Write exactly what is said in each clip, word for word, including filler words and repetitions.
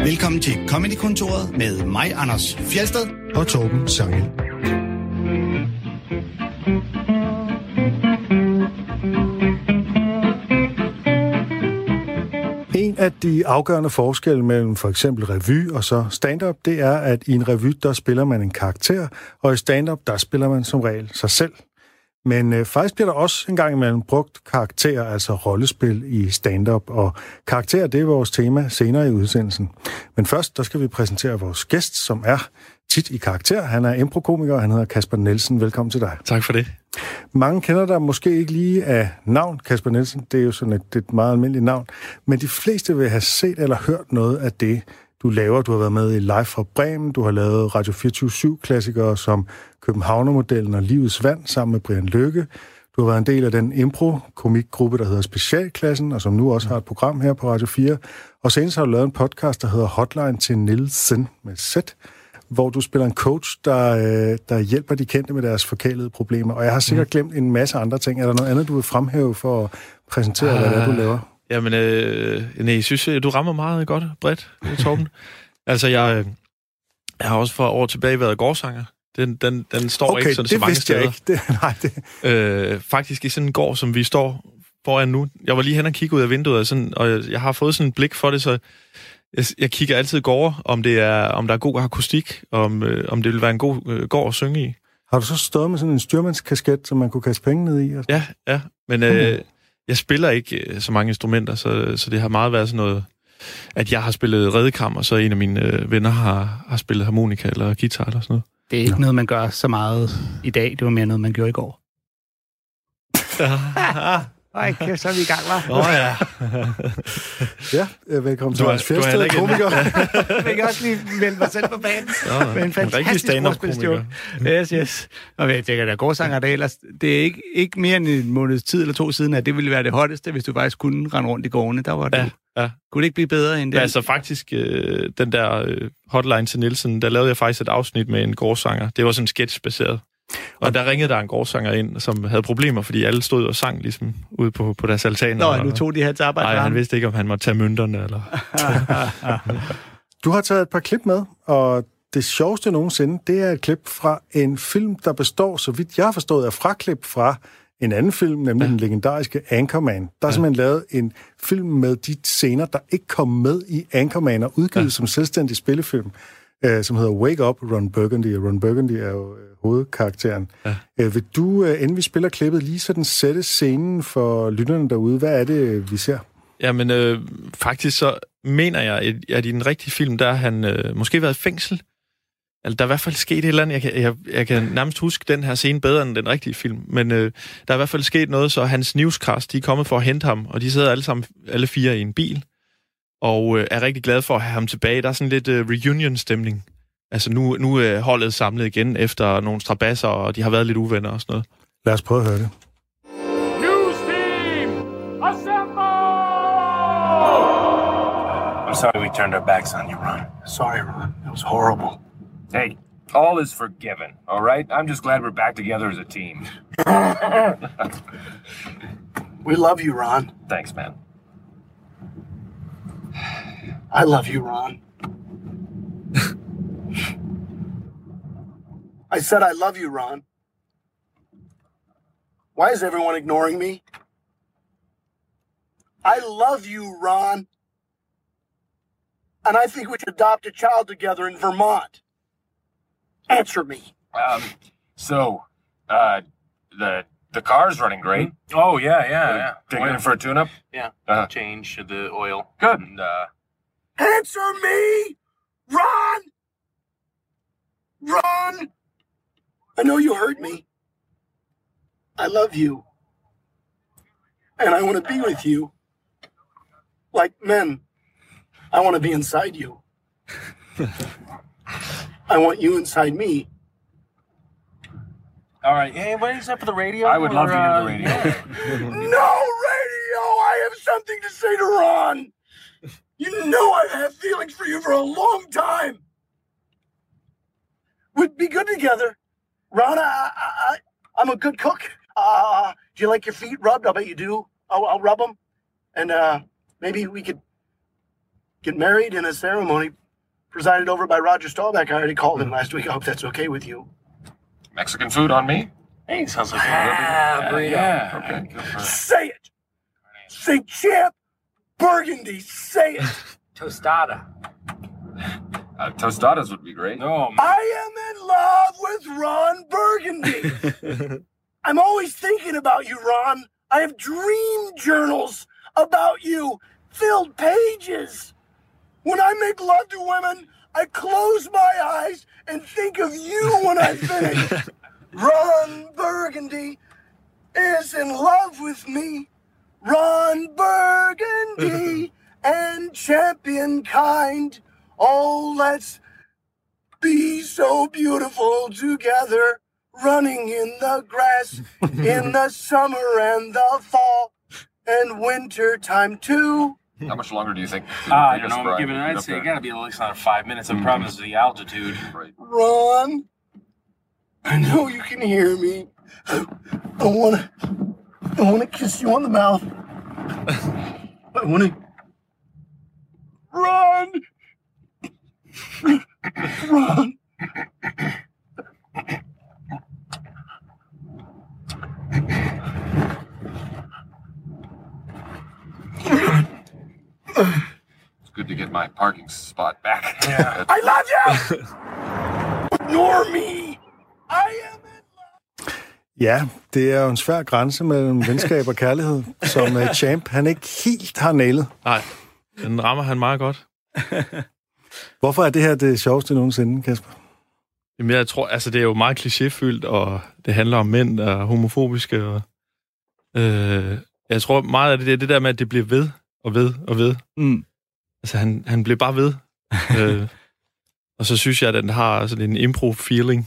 Velkommen til Comedy-kontoret med mig, Anders Fjeldsted og Torben Sangel. En af de afgørende forskelle mellem for eksempel revy og så stand-up, det er, at i en revy, der spiller man en karakter, og i stand-up, der spiller man som regel sig selv. Men øh, faktisk bliver der også en gang imellem brugt karakterer, altså rollespil i stand-up, og karakterer, det er vores tema senere i udsendelsen. Men først, der skal vi præsentere vores gæst, som er tit i karakter. Han er improkomiker, og han hedder Kasper Nielsen. Velkommen til dig. Tak for det. Mange kender dig måske ikke lige af navn, Kasper Nielsen. Det er jo sådan et, et meget almindeligt navn. Men de fleste vil have set eller hørt noget af det, du laver. Du har været med i Live fra Bremen, du har lavet Radio fireogtyve syv-klassikere som Københavnermodellen og Livets Vand sammen med Brian Lykke. Du har været en del af den impro-komikgruppe, der hedder Specialklassen, og som nu også har et program her på Radio fire. Og senest har du lavet en podcast, der hedder Hotline til Nielsen med Z, hvor du spiller en coach, der, der hjælper de kendte med deres forkælede problemer. Og jeg har sikkert glemt en masse andre ting. Er der noget andet, du vil fremhæve for at præsentere, uh, hvad det er, du laver? Jamen, øh, nej, jeg synes, du rammer meget godt bredt, Torben. Altså, jeg, jeg har også for år tilbage været gårdsanger. Den, den, den står okay, ikke sådan så mange steder. Okay, det vidste jeg ikke. Det, nej, det... Øh, faktisk i sådan en gård, som vi står foran nu. Jeg var lige hen og kigge ud af vinduet, og, sådan, og jeg, jeg har fået sådan et blik for det, så jeg, jeg kigger altid gårde, om, det er, om der er god akustik, om, øh, om det vil være en god øh, gård at synge i. Har du så stået med sådan en styrmandskasket, som man kunne kaste penge ned i? Altså? Ja, ja, men... Øh, Jeg spiller ikke så mange instrumenter, så, så det har meget været sådan noget, at jeg har spillet redekammer, så en af mine øh, venner har, har spillet harmonika eller guitar eller sådan noget. Det er ikke ja. noget, man gør så meget i dag. Det var mere noget, man gjorde i går. Ej, kæft, så er vi i gang, hva'? Åh, oh, ja. ja, velkommen til Hans Fjeldsted, komiker. Jeg kan også lige vende mig selv på banen. Nå, med en fantastisk ordspilstjort. Yes, yes. Og jeg tænker, der gårdsanger, det, ellers, det er ikke, ikke mere end en måneds tid eller to siden, at det ville være det hotteste, hvis du faktisk kunne rende rundt i gårdene. Der var det. Ja, ja. Kunne det ikke blive bedre end det? Ja, altså faktisk, øh, den der øh, Hotline til Nielsen, der lavede jeg faktisk et afsnit med en gårdsanger. Det var sådan sketchbaseret. Og der ringede der en gårdsanger ind, som havde problemer, fordi alle stod og sang ligesom ude på, på deres altaner. Nå, nu tog de hans arbejde. Nej, han vidste ikke, om han måtte tage mønterne, eller... Du har taget et par klip med, og det sjoveste nogensinde, det er et klip fra en film, der består, så vidt jeg har forstået, af fraklip fra en anden film, nemlig ja. den legendariske Anchorman. Der er ja. simpelthen lavet en film med de scener, der ikke kom med i Anchorman, og udgivet ja. som selvstændig spillefilm, som hedder Wake Up, Ron Burgundy. Og Ron Burgundy er jo øh, hovedkarakteren. Ja. Øh, vil du, øh, inden vi spiller klippet, lige sådan sætte scenen for lytterne derude? Hvad er det, vi ser? Jamen, øh, faktisk så mener jeg, at i den rigtige film, der har han øh, måske været i fængsel. Altså, der er i hvert fald sket et eller andet. Jeg kan, jeg, jeg kan nærmest huske den her scene bedre end den rigtige film. Men øh, der er i hvert fald sket noget, så hans newscast, de er kommet for at hente ham, og de sidder alle sammen, alle fire i en bil. Og øh, er rigtig glad for at have ham tilbage. Der er sådan lidt øh, reunion-stemning. Altså nu, nu er holdet samlet igen efter nogle strabasser, og de har været lidt uvenner og sådan noget. Lad os prøve at høre det. News team, assemble! I'm sorry we turned our backs on you, Ron. Sorry, Ron. It was horrible. Hey, all is forgiven, all right? I'm just glad we're back together as a team. We love you, Ron. Thanks, man. I love you, Ron. I said I love you, Ron. Why is everyone ignoring me? I love you, Ron. And I think we should adopt a child together in Vermont. Answer me. Um, so, uh, the the car's running great. Mm-hmm. Oh, yeah, yeah, Uh, yeah. Taking it for a tune-up? Yeah, Uh-huh. change the oil. Good. And, uh, Answer me! Ron! Ron! I know you hurt me. I love you. And I want to be with you. Like men. I want to be inside you. I want you inside me. all right. Hey, what is up for the radio? I would love or, to hear the uh, radio. No radio! I have something to say to Ron! You know I've had feelings for you for a long time! We'd be good together. Ron, I, I, I, I'm a good cook. Uh, do you like your feet rubbed? I bet you do. I'll, I'll rub them. And uh, maybe we could get married in a ceremony presided over by Roger Staubach. I already called him last week. I hope that's okay with you. Mexican food on me? Hey, sounds like Ah, a burrito. yeah. Okay. Good for Say it! Say Champ Burgundy! Say it! Tostada. Uh, tostadas would be great. No, I am in love with Ron Burgundy. I'm always thinking about you, Ron. I have dream journals about you, filled pages. When I make love to women, I close my eyes and think of you when I finish. Ron Burgundy is in love with me. Ron Burgundy and champion kind. Oh, let's be so beautiful together, running in the grass in the summer and the fall and winter time too. How much longer do you think? Ah, I don't Vegas know. ride I'm giving. would I'd get say up it there? got to be at least another five minutes. The problem is the altitude. Right. Ron, I know you can hear me. I wanna, I wanna kiss you on the mouth. I wanna, Ron, Ron. It's good to get my parking spot back. Yeah. I love you! Ignore me! I am in love! Ja, det er jo en svær grænse mellem venskab og kærlighed, som uh, Champ, han ikke helt har nailet. Nej, den rammer han meget godt. Hvorfor er det her det sjoveste nogensinde, Kasper? Jamen, jeg tror, altså, det er jo meget klichéfyldt, og det handler om mænd, der er homofobiske. Og, øh, jeg tror meget af det er det der med, at det bliver ved og ved og ved. Mm. Altså, han, han bliver bare ved. øh, og så synes jeg, at den har sådan en impro-feeling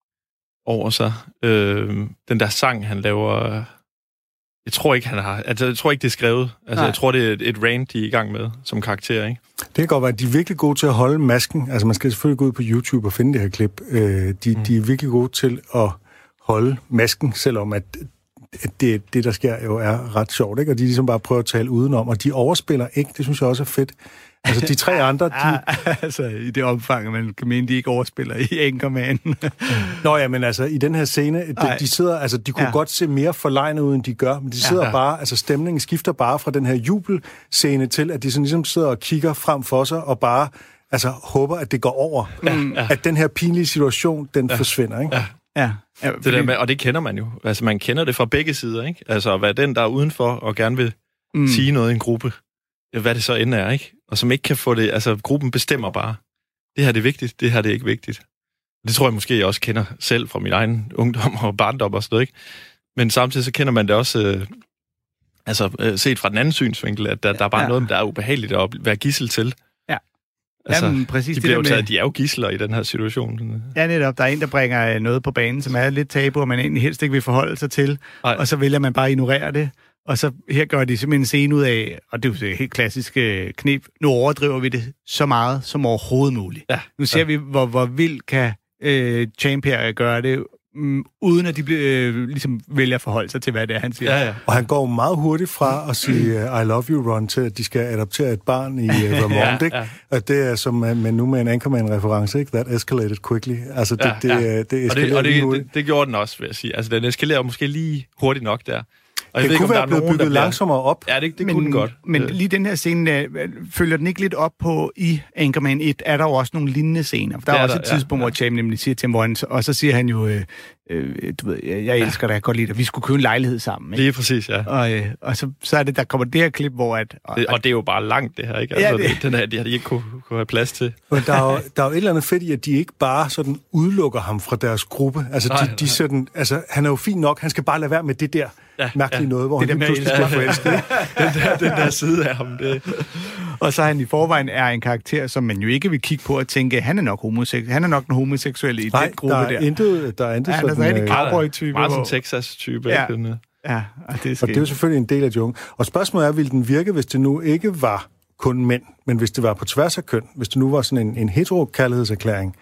over sig. Øh, den der sang, han laver... Jeg tror ikke, han har... Altså, jeg tror ikke, det er skrevet. Altså, Nej. jeg tror, det er et, et rant, de er i gang med som karakter, ikke? Det kan godt være, at de er virkelig gode til at holde masken. Altså, man skal selvfølgelig gå ud på YouTube og finde det her klip. Øh, de, mm. de er virkelig gode til at holde masken, selvom at det, det, der sker, jo er ret sjovt, ikke? Og de ligesom bare prøver at tale udenom, og de overspiller ikke. Det synes jeg også er fedt. Altså, de tre andre, de... Ja, altså, i det omfang, man kan mene, de ikke overspiller i Anchorman. Nå ja, men altså, i den her scene, de, de sidder, altså, de kunne ja. godt se mere forlegne ud, end de gør, men de sidder ja, ja. bare, altså, stemningen skifter bare fra den her jubelscene til, at de sådan ligesom sidder og kigger frem for sig, og bare, altså, håber, at det går over. Ja, ja. At den her pinlige situation, den ja. forsvinder, ikke? Ja. Ja. Ja, det der med, og det kender man jo. Altså, man kender det fra begge sider, ikke? Altså, at være den, der er udenfor og gerne vil mm. sige noget i en gruppe, hvad det så end er, ikke? Og som ikke kan få det... Altså, gruppen bestemmer bare. Det her det er vigtigt, det her det er ikke vigtigt. Det tror jeg måske, jeg også kender selv fra min egen ungdom og barndom og sådan noget, ikke? Men samtidig så kender man det også... Øh, altså, øh, set fra den anden synsvinkel, at der, der er bare ja. noget, der er ubehageligt at være gidsel til. Ja. Altså, Jamen, præcis de bliver jo det taget, med... de er jo gidsler i den her situation. Ja, netop. Der er en, der bringer noget på banen, som er lidt tabu, og man egentlig helst ikke vil forholde sig til. Ej. Og så vælger man bare at ignorere det. Og så her gør de simpelthen en scene ud af, og det er jo et helt klassisk knep, nu overdriver vi det så meget som overhovedet muligt. Ja. Nu ser ja. vi, hvor, hvor vildt kan øh, Champ her gøre det, um, uden at de øh, ligesom vælger at forholde sig til, hvad det er, han siger. Ja, ja. Og han går meget hurtigt fra at sige I love you, Ron, til at de skal adoptere et barn i uh, Vermont, ja, ikke? Ja. Og det er som, men nu med en Anchorman-reference, ikke? That escalated quickly. Altså, det, ja, ja. det, det eskalerede og det, og det, det, det, det gjorde den også, vil jeg sige. Altså, den eskalerer måske lige hurtigt nok der. Og det ved kunne ikke, være blevet nogen, bygget bliver... langsommere op. Ja, det, det men, kunne den godt. Men lige den her scene, uh, følger den ikke lidt op på i Anchorman et, er der jo også nogle lignende scener. For der er, er også der, et tidspunkt, ja, ja. hvor Champ nemlig siger til ham, hvor han, og så siger han jo, øh, øh, du ved, jeg, jeg elsker dig, jeg godt lide dig, vi skulle købe en lejlighed sammen. Ikke? Lige præcis, ja. Og, øh, og så, så er det, der kommer det her klip, hvor at... Og det, og det er jo bare langt, det her, ikke? Altså, ja, det... Den her, de har de ikke kunne, kunne have plads til. Men der er, jo, der er jo et eller andet fedt i, at de ikke bare sådan udelukker ham fra deres gruppe. Altså, nej, de, de sådan, altså, han er jo fin nok, han skal bare lade være med det der ja, mærkelige ja. noget, hvor det han lige pludselig skal forelske. den, der, den der side af ham, det... Og så han i forvejen er en karakter, som man jo ikke vil kigge på og tænke, han er nok homoseksuel. Han er nok den homoseksuelle i nej, den gruppe der. der. Intet, der er intet ja, han er sådan en rigtig cowboy-type. Meget som Texas-type. Ja, ikke? ja og, det og det er jo selvfølgelig en del af jungen. Og spørgsmålet er, ville den virke, hvis det nu ikke var kun mænd, men hvis det var på tværs af køn, hvis det nu var sådan en, en hetero-kærlighedserklæring?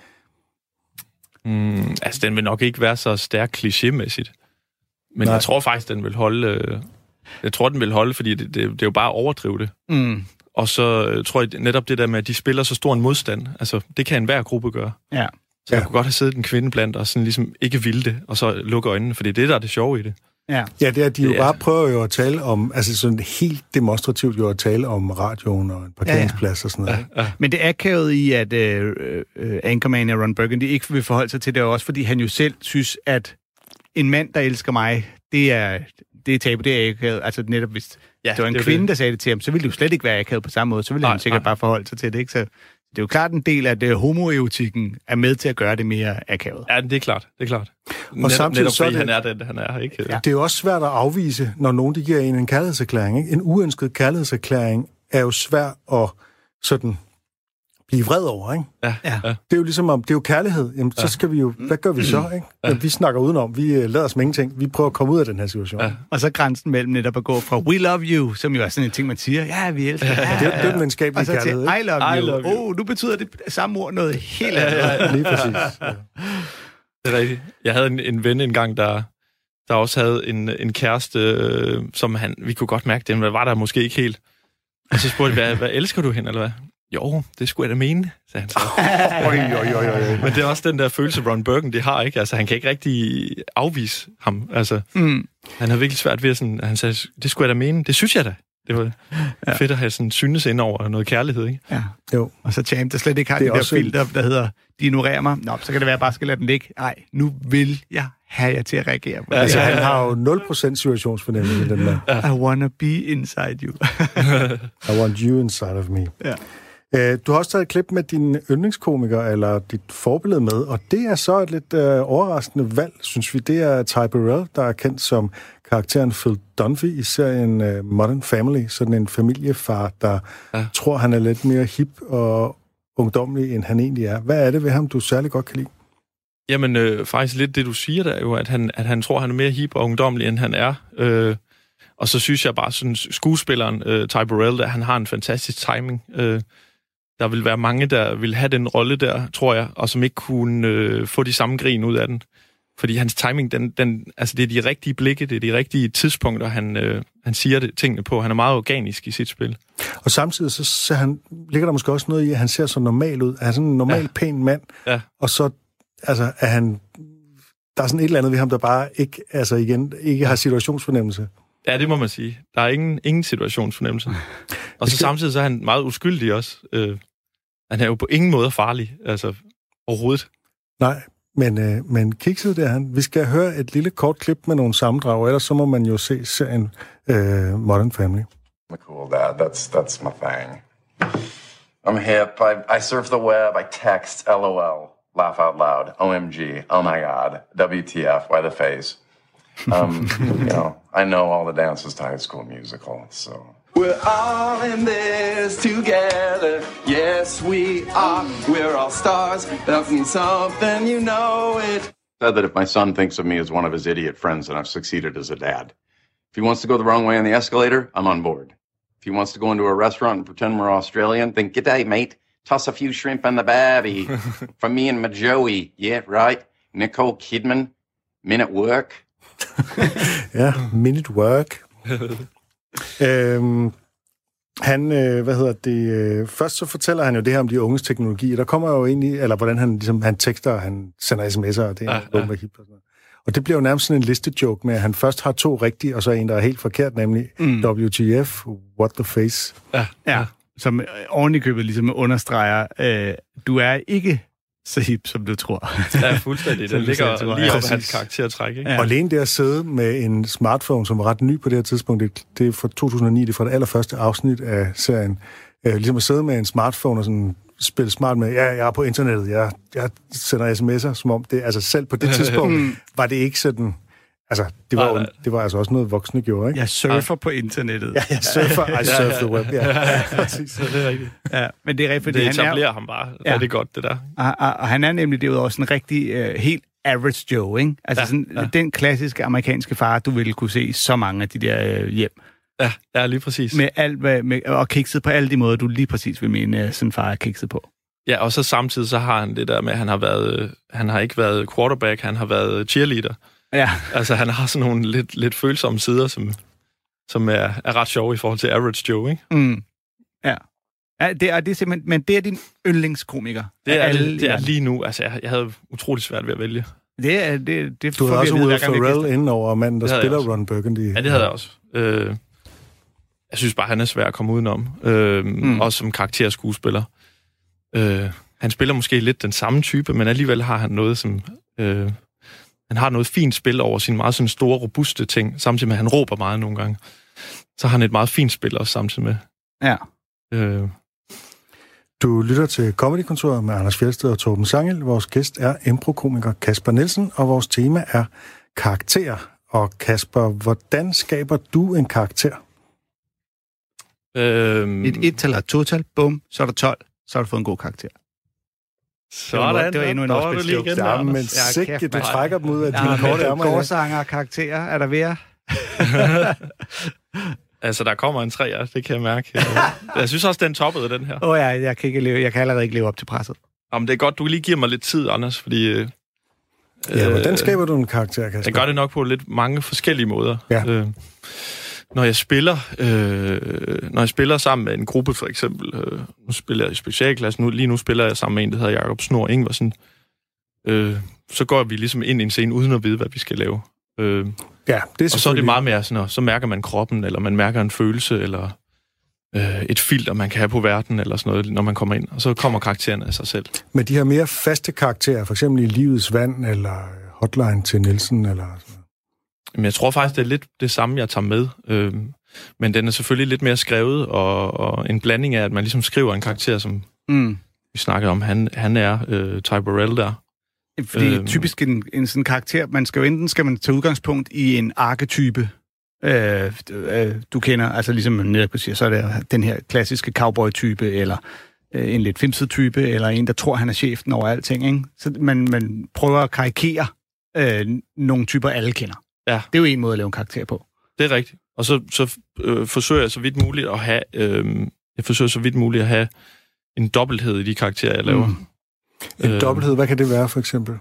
Mm, altså, den vil nok ikke være så stærk klichémæssigt. Men nej. Jeg tror faktisk, den vil holde... Øh, jeg tror, den vil holde, fordi det, det, det er jo bare at overdrive det. Mm. Og så øh, tror jeg netop det der med, at de spiller så stor en modstand. Altså, det kan enhver gruppe gøre. Ja. Så jeg ja. kunne godt have siddet en kvinde blandt og sådan ligesom ikke ville det, og så lukke øjnene, for det er det, der er det sjove i det. Ja, ja det er, de jo det er, bare prøver jo at tale om, altså sådan helt demonstrativt jo at tale om radioen og en parkeringsplads ja, ja. og sådan noget. Ja, ja. Men det er akavet i, at øh, øh, Anchorman og Ron Burgundy ikke vil forholde sig til det, også fordi han jo selv synes, at en mand, der elsker mig, det er, det er tabu, det er akavet. Altså netop hvis ja, det var en det kvinde, det. der sagde det til ham, så ville det jo slet ikke være akavet på samme måde. Så ville nej, han sikkert nej. bare forholde sig til det, ikke? Så det er jo klart en del af, at homoerotikken er med til at gøre det mere akavet. Ja, det er klart. Det er klart. Og netop, samtidig netop så fordi det, han er den, han er, ikke? Ja. Det er jo også svært at afvise, når nogen de giver en en kærlighedserklæring. Ikke? En uønsket kærlighedserklæring er jo svær at sådan blive vred over, ikke? Ja. ja. Det er jo ligesom om, det er jo kærlighed. Jamen, ja. så skal vi jo, hvad gør vi så, ikke? Ja. Vi snakker udenom, vi lader os med ingenting. Vi prøver at komme ud af den her situation. Ja. Og så grænsen mellem netop at gå fra we love you, som jo er sådan en ting, man siger, ja, vi elsker. Ja, ja. Det, det er den venskabelige kærlighed, ikke? I love I you. Love you. Oh, nu betyder det samme ord noget helt andet. Ja, ja, lige præcis. Ja. Det er rigtigt. Jeg havde en, en ven engang, der, der også havde en, en kæreste, øh, som han, vi kunne godt mærke, den var der måske ikke helt. Og så spurgte jeg, hvad, hvad elsker du hende, eller hvad? Jo, det skulle jeg da mene, sagde han så. oj, oj, oj, oj. Men det er også den der følelse, Ron Burgundy det har, ikke? Altså, han kan ikke rigtig afvise ham. Altså, mm. han har virkelig svært ved at sådan, han sagde, det skulle jeg da mene. Det synes jeg da. Det var ja. fedt at have sådan synes ind over noget kærlighed, ikke? Ja. Jo. Og så Champ, der slet ikke har det de der filter, der hedder, de ignorerer mig. Nå, så kan det være, at jeg bare skal lade den ligge. Nej, nu vil jeg have jer til at reagere på ja, det. Altså, han har jo nul procent situationsfornemmelse i den der. Ja. I wanna be inside you. I want you inside of me. Ja. Du har også taget et klip med din yndlingskomiker, eller dit forbillede med, og det er så et lidt uh, overraskende valg, synes vi. Det er Ty Burrell, der er kendt som karakteren Phil Dunphy i serien uh, Modern Family, sådan en familiefar, der ja. tror, han er lidt mere hip og ungdomlig, end han egentlig er. Hvad er det ved ham, du særlig godt kan lide? Jamen, øh, faktisk lidt det, du siger der jo, at han, at han tror, han er mere hip og ungdomlig, end han er. Øh, og så synes jeg bare, sådan skuespilleren øh, Ty Burrell, der han har en fantastisk timing. Øh, Der vil være mange, der vil have den rolle der, tror jeg, og som ikke kunne øh, få de samme grin ud af den. Fordi hans timing, den, den, altså det er de rigtige blikke, det er de rigtige tidspunkter, han, øh, han siger det, tingene på. Han er meget organisk i sit spil. Og samtidig så, så han, ligger der måske også noget i, at han ser så normal ud. Er han sådan en normal, ja. pæn mand, ja. og så altså, er han... Der er sådan et eller andet ved ham, der bare ikke, altså igen, ikke har situationsfornemmelse. Ja, det må man sige. Der er ingen, ingen situationsfornemmelse. Og så samtidig så er han meget uskyldig også. Øh, han er jo på ingen måde farlig, altså overhovedet. Nej, men, øh, men kikset det er han. Vi skal høre et lille kort klip med nogle sammendrag, ellers så må man jo se serien øh, Modern Family. Cool, Dad. That's that's my thing. I'm hip. I I surf the web. I text. LOL. Laugh out loud. O M G. Oh my God. W T F. Why the face? Um, you know, I know all the dances to High School Musical, so. We're all in this together. Yes, we are. We're all stars. That means something, you know it. Said that if my son thinks of me as one of his idiot friends, then I've succeeded as a dad. If he wants to go the wrong way on the escalator, I'm on board. If he wants to go into a restaurant and pretend we're Australian, then g'day, mate. Toss a few shrimp in the barbie. For me and my Joey. Yeah, right. Nicole Kidman. Men at work. Ja, minute work. øhm, han, øh, hvad hedder det, øh, først så fortæller han jo det her om de unges teknologi, der kommer jo ind i, eller hvordan han, ligesom, han tekster, han sender sms'er, og det er ja, ja. hip og sådan noget. Og det bliver jo nærmest sådan en listejoke med, at han først har to rigtige, og så en, der er helt forkert, nemlig mm. W T F, what the face. Ja, ja. Som ordentligt købet ligesom understreger, øh, du er ikke så hip, som du tror. Ja, fuldstændig. Det ligger lige op hans karaktertræk, ikke? Ja. Og alene det at sidde med en smartphone, som var ret ny på det her tidspunkt, det, det er fra to tusind og ni, det er fra det allerførste afsnit af serien. Øh, ligesom at sidde med en smartphone og sådan spille smart med, ja, jeg er på internettet, jeg, jeg sender sms'er, som om det, altså selv på det tidspunkt, var det ikke sådan, altså, det var, jo, det var altså også noget voksne gjorde, ikke? Jeg surfer på internettet. Ja, jeg surfer, I surf the web, ja. ja, præcis. Det er rigtigt. Ja, men det er rigtigt, fordi det han etablerer er, ham bare. Ja. Det er godt, det der. Og, og, og han er nemlig derudover også en rigtig, uh, helt average Joe, ikke? Altså ja, sådan, ja. den klassiske amerikanske far, du ville kunne se i så mange af de der uh, hjem. Ja, ja, lige præcis. Med alt, med, og kikset på alle de måder, du lige præcis vil mene, uh, sådan far er kikset på. Ja, og så samtidig så har han det der med, at han har været, han har ikke været quarterback, han har været cheerleader. Ja. Altså, han har sådan nogle lidt, lidt følsomme sider, som, som er, er ret sjove i forhold til average Joe, ikke? Mm. Ja. Ja, det er, det er simpelthen, men det er din yndlingskomiker. Det er, alle, det, det er lige nu. Altså, jeg, jeg havde utroligt svært ved at vælge. Det er, det, det du havde også Will Ferrell inden over manden, der spiller Ron Burgundy. Ja, det havde jeg også. Øh, jeg synes bare, han er svær at komme udenom. Øh, mm. Også som karakterskuespiller. Øh, han spiller måske lidt den samme type, men alligevel har han noget, som... Øh, han har noget fint spil over sine meget sådan store, robuste ting, samtidig med, at han råber meget nogle gange. Så har han et meget fint spil også samtidig med. Ja. Øh, Du lytter til Comedy-kontoret med Anders Fjeldsted og Torben Sangel. Vores gæst er improkomiker Kasper Nielsen, og vores tema er karakter. Og Kasper, hvordan skaber du en karakter? Øhm, Et et-tal og et to-tal, bum, så er der tolv, så har du fået en god karakter. Sådan, det var endnu en afspilsjoke. Ja, men sikke, du trækker dem ud af dine korte ærmer. Gårdsanger og karakterer, er der ved? Altså, der kommer en træer, det kan jeg mærke. Jeg synes også, den toppede, den her. Åh oh, ja, jeg kan, ikke leve, jeg kan allerede ikke leve op til presset. Jamen, det er godt, du lige giver mig lidt tid, Anders, fordi... Øh, ja, hvordan skaber du en karakter, Kasper? Jeg gør det nok på lidt mange forskellige måder. Ja. Øh, når jeg spiller øh, når jeg spiller sammen med en gruppe, for eksempel... Øh, nu spiller jeg i specialklasse, nu, lige nu spiller jeg sammen med en, der hedder Jakob Snor Ingvarsen. Øh, så går vi ligesom ind i en scene, uden at vide, hvad vi skal lave. Øh, ja, det er og så er det meget mere sådan, og så mærker man kroppen, eller man mærker en følelse, eller øh, et filter, man kan have på verden, eller sådan noget, når man kommer ind. Og så kommer karakteren af sig selv. Men de her mere faste karakterer, for eksempel i Livets Vand, eller Hotline til Nielsen, eller sådan noget? Men jeg tror faktisk, det er lidt det samme, jeg tager med. Øh, men den er selvfølgelig lidt mere skrevet, og, og en blanding af, at man ligesom skriver en karakter, som mm. vi snakkede om, han, han er øh, Ty Burrell der. Fordi øhm. typisk en, en sådan karakter, man skal jo enten skal man tage udgangspunkt i en arketype, øh, øh, du kender, altså ligesom man netop siger, så er det den her klassiske cowboy-type, eller øh, en lidt fimset type, eller en, der tror, han er chefen over alting, ikke? Så man, man prøver at karikere øh, nogle typer, alle kender. Ja. Det er jo en måde at lave en karakter på. Det er rigtigt. Og så, så øh, forsøger jeg så vidt muligt at have, øh, jeg forsøger så vidt muligt at have en dobbelthed i de karakterer, jeg laver. Mm. En øh, dobbelthed, hvad kan det være, for eksempel?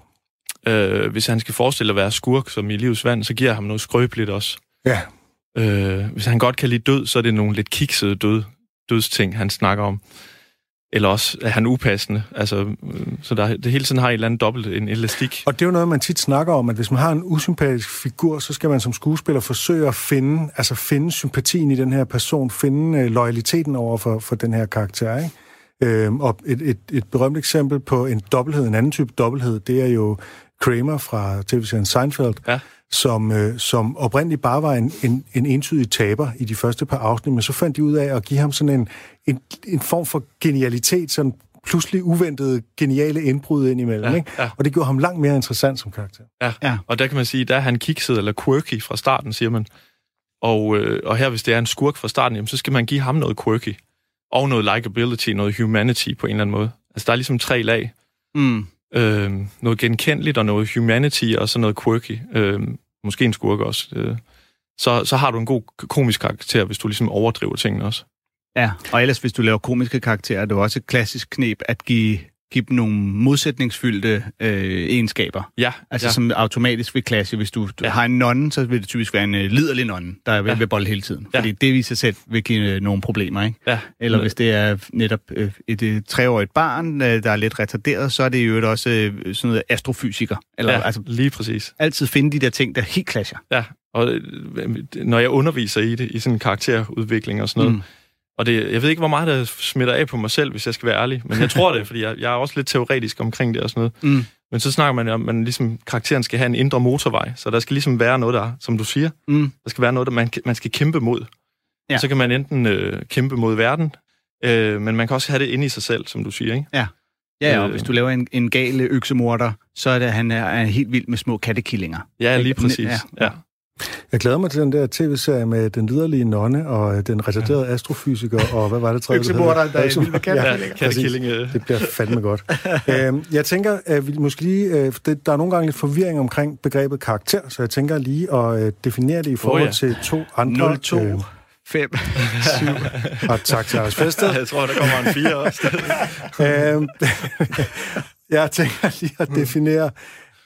Øh, hvis han skal forestille at være skurk, som i Livets Vand, så giver jeg ham noget skrøbeligt også. Ja. Øh, hvis han godt kan lide død, så er det nogle lidt kiksede død, dødsting, han snakker om. Eller også er han upassende. Altså, øh, så der, det hele tiden har en eller anden dobbelt, en elastik. Og det er jo noget, man tit snakker om, at hvis man har en usympatisk figur, så skal man som skuespiller forsøge at finde, altså finde sympatien i den her person, finde øh, loyaliteten over for, for den her karakter, ikke? Øhm, og et, et, et berømt eksempel på en dobbelthed, en anden type dobbelthed, det er jo Kramer fra T V-serien Seinfeld, ja. som, øh, som oprindeligt bare var en, en, en entydig taber i de første par afsnit, men så fandt de ud af at give ham sådan en, en, en form for genialitet, sådan pludselig uventede, geniale indbrud indimellem, ja, ikke? Ja. Og det gjorde ham langt mere interessant som karakter. Ja, ja. Og der kan man sige, der er han kikset eller quirky fra starten, siger man. Og, øh, og her, hvis det er en skurk fra starten, jamen, så skal man give ham noget quirky. Og noget likability, noget humanity på en eller anden måde. Altså, der er ligesom tre lag. Mm. Øh, noget genkendeligt og noget humanity, og så noget quirky. Øh, måske en skurk også. Øh, så, så har du en god komisk karakter, hvis du ligesom overdriver tingene også. Ja, og ellers hvis du laver komiske karakterer, er det også et klassisk knep at give, give dem nogle modsætningsfyldte øh, egenskaber. Ja. Altså ja. som automatisk vil klasse. Hvis du, du ja. har en nonne, så vil det typisk være en uh, liderlig nonne, der er ved, ja. ved bold hele tiden. Fordi ja. det i sig selv vil give uh, nogle problemer, ikke? Ja. Eller hvis det er netop uh, et uh, treårigt barn, uh, der er lidt retarderet, så er det jo også uh, sådan noget astrofysiker. Eller, ja, altså, lige præcis. Altid finde de der ting, der helt clasher. Ja, og øh, når jeg underviser i det, i sådan en karakterudvikling og sådan noget, mm. og det, jeg ved ikke, hvor meget der smitter af på mig selv, hvis jeg skal være ærlig, men jeg tror det, fordi jeg, jeg er også lidt teoretisk omkring det og sådan noget. Mm. Men så snakker man om, at man ligesom, karakteren skal have en indre motorvej, så der skal ligesom være noget, der, som du siger, mm. der skal være noget, der man, man skal kæmpe mod. Ja. Så kan man enten øh, kæmpe mod verden, øh, men man kan også have det inde i sig selv, som du siger, ikke? Ja, ja, ja og øh, hvis du laver en, en gale øksemorder, så er det, han er, er helt vild med små kattekillinger. Ja, lige præcis. Ja, ja. Jeg glæder mig til den der tv-serie med den liderlige nonne og den retarderede ja. astrofysiker, og hvad var det tredje? Øksemorder, der er vild med kattekillinger. Ja, det bliver fandme godt. øhm, jeg tænker, at vi måske lige, øh, det, der er nogle gange lidt forvirring omkring begrebet karakter, så jeg tænker lige at øh, definere det i forhold oh, ja. til to andre. nul to Øh, fem syv Og tak til Anders Fjeldsted. Jeg tror, der kommer en fire også. øhm, jeg tænker lige at definere,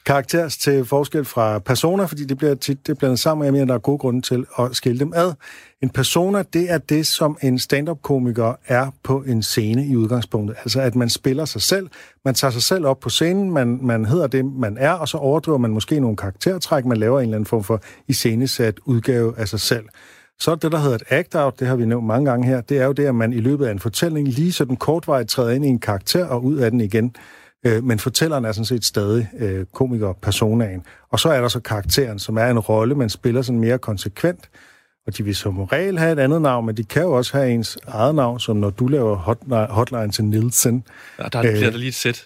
karakter til forskel fra persona, fordi det bliver tit det blandet sammen, og jeg mener, der er gode grunde til at skille dem ad. En persona, det er det, som en stand-up-komiker er på en scene i udgangspunktet. Altså, at man spiller sig selv, man tager sig selv op på scenen, man, man hedder det, man er, og så overdriver man måske nogle karaktertræk, man laver en eller anden form for iscenesat udgave af sig selv. Så det, der hedder et act-out, det har vi nævnt mange gange her, det er jo det, at man i løbet af en fortælling lige sådan kortvarigt træder ind i en karakter og ud af den igen. Øh, men fortælleren er sådan set stadig øh, komiker-personaen. Og så er der så karakteren, som er en rolle, man spiller sådan mere konsekvent. Og de vil som regel have et andet navn, men de kan jo også have ens eget navn, som når du laver hotline, hotline til Nielsen. Ja, der bliver øh, der lige et sæt.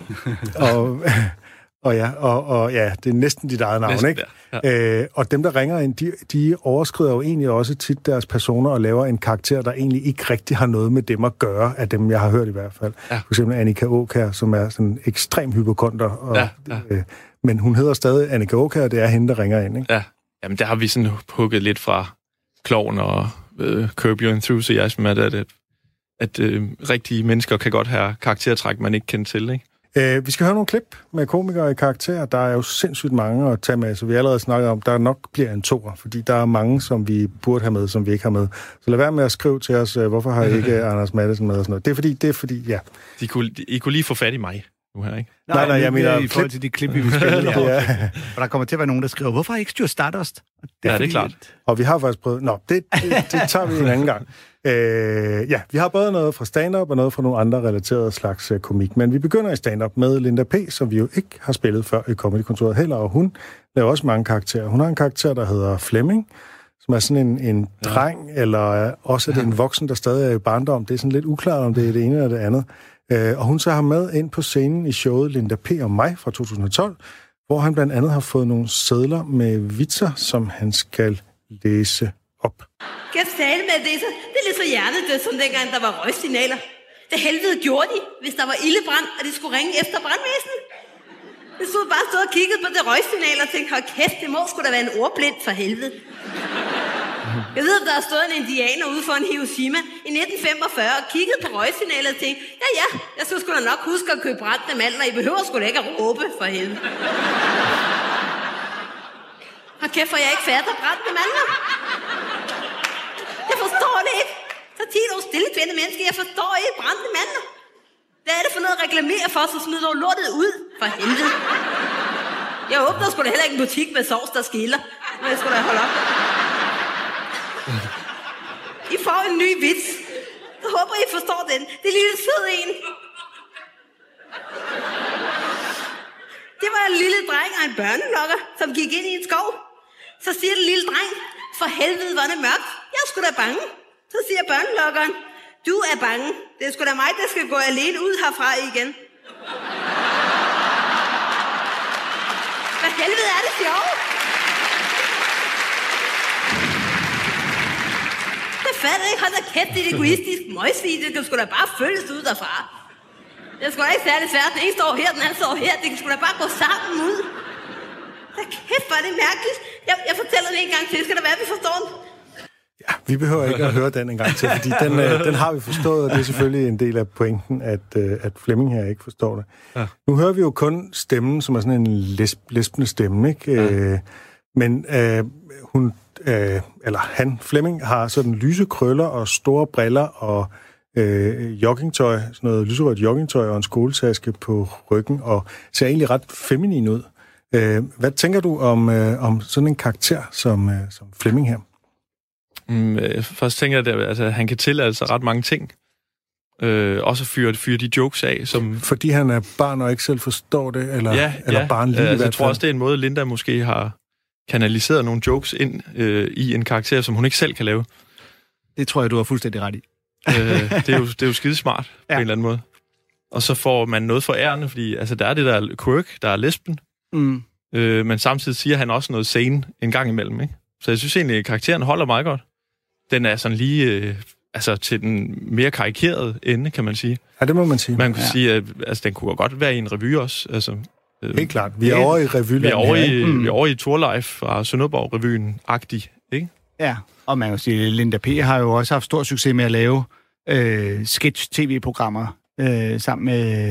og... Og ja, og, og ja, det er næsten dit eget navn, næsten, ikke? Ja. Øh, og dem, der ringer ind, de, de overskrider jo egentlig også tit deres personer og laver en karakter, der egentlig ikke rigtig har noget med dem at gøre, af dem, jeg har hørt i hvert fald. Ja. For eksempel Annika Aukjær, som er sådan ekstrem hypokonter. Og, ja, ja. Øh, men hun hedder stadig Annika Aukjær, og det er hende, der ringer ind, ikke? Ja, jamen der har vi sådan hugget lidt fra Klovn og øh, Curb Your Enthusiasm, at, at, at, at øh, rigtige mennesker kan godt have karaktertræk, man ikke kender til, ikke? Uh, vi skal høre nogle klip med komikere i karakter. Der er jo sindssygt mange at tage med, så vi allerede snakket om, der nok bliver en toer, fordi der er mange, som vi burde have med, som vi ikke har med. Så lad være med at skrive til os, uh, hvorfor har I ikke Anders Matthesen med og sådan noget. Det er fordi, det er fordi, ja. De kunne, de, I kunne lige få fat i mig nu her, ikke? Nej, nej, nej jeg mener i forhold til de klip, vi vil spille. Ja. Og der kommer til at være nogen, der skriver, hvorfor har I ikke styrt Stardust? Det er, ja, det er klart. Og vi har faktisk prøvet... Nå, det, det, det tager vi en anden gang. Øh, ja, vi har både noget fra stand-up og noget fra nogle andre relaterede slags uh, komik. Men vi begynder i stand-up med Linda P., som vi jo ikke har spillet før i Comedy-kontoret heller, og hun laver også mange karakterer. Hun har en karakter, der hedder Flemming, som er sådan en, en ja. dreng, eller også er det en voksen, der stadig er i barndom. Det er sådan lidt uklart, om det er det ene eller det andet. Øh, og hun så har med ind på scenen i showet Linda P. og mig fra to tusind og tolv, hvor han blandt andet har fået nogle sedler med vitser, som han skal læse op. Kan jeg tale med det? Det er lidt så hjernedødt, som dengang der var røgsignaler. Det helvede gjorde de, hvis der var ildebrand, og de skulle ringe efter brandvæsenet. Jeg stod bare stod og kiggede på det røgsignal og tænkte, hold kæft, det må sgu da være en ordblind for helvede. Jeg ved, at der har stået en indianer ude for en Hiroshima i nitten femogfyrre og kiggede på røgsignalet og tænkte, ja ja, jeg skulle sgu da nok huske at købe brændende mandler, I behøver sgu da ikke at råbe for helvede. Hold kæft, for jeg ikke fatter brændende mandler. Jeg forstår det ikke. Så ti år stille tvinde mennesker, jeg forstår ikke brændende mandler. Hvad er det for noget at reklamere for, så smider du lortet ud for helvede. Jeg åbner sgu da heller ikke en butik med sovs, der skiller. Men jeg skulle da holde op. I får en ny vits. Jeg håber, I forstår den. Det er lille sød en. Det var en lille dreng og en børnelokker, som gik ind i en skov. Så siger den lille dreng, for helvede var det mørkt. Jeg er sgu da bange. Så siger børnelokkeren, du er bange. Det er sgu da mig, der skal gå alene ud herfra igen. Hvad helvede er det sjovt? Jeg fatter ikke, hold da kæft, det er egoistisk møgsvin. Det kan sgu da bare følges ud derfra. Det er sgu da ikke særlig svært. Den ene står her, den anden står her. Det kan sgu da bare gå sammen ud. Da kæft, hvor er det mærkeligt. Jeg, jeg fortæller det en gang til. Skal der være, vi forstår den? Ja, vi behøver ikke at høre den en gang til, fordi den, øh, den har vi forstået, og det er selvfølgelig en del af pointen, at, øh, at Flemming her ikke forstår det. Ja. Nu hører vi jo kun stemmen, som er sådan en lesb, lesbende stemme, ikke? Ja. Øh, men øh, hun, øh, eller han, Flemming, har sådan lyse krøller og store briller og øh, joggingtøj, sådan noget lyserødt joggingtøj og en skoletaske på ryggen, og ser egentlig ret feminin ud. Øh, hvad tænker du om, øh, om sådan en karakter som, øh, som Flemming her? Mm, først tænker jeg, at altså, han kan tillade sig ret mange ting. Øh, også fyre, fyre de jokes af. Som... Fordi han er barn og ikke selv forstår det? Eller, ja, eller ja. barnlig, altså, jeg tror også, det er en måde, Linda måske har kanaliseret nogle jokes ind øh, i en karakter, som hun ikke selv kan lave. Det tror jeg, du har fuldstændig ret i. øh, det, er jo, det er jo skidesmart ja. På en eller anden måde. Og så får man noget for ærende, fordi altså, der er det der quirk, der er lesben. Mm. Øh, men samtidig siger han også noget sane en gang imellem, ikke? Så jeg synes egentlig, at karakteren holder meget godt. Den er sådan lige øh, altså til den mere karikerede ende, kan man sige. Ja, det må man sige. Man kan ja. sige, at altså, den kunne godt være i en revy også. Altså, øh, Helt klart. Vi er over i revyland. Vi er over i, mm. vi er over i Torleif fra Sønderborg-revyen-agtig, ikke? Ja, og man kan sige, at Linda P. har jo også haft stor succes med at lave øh, sketch-tv-programmer øh, sammen med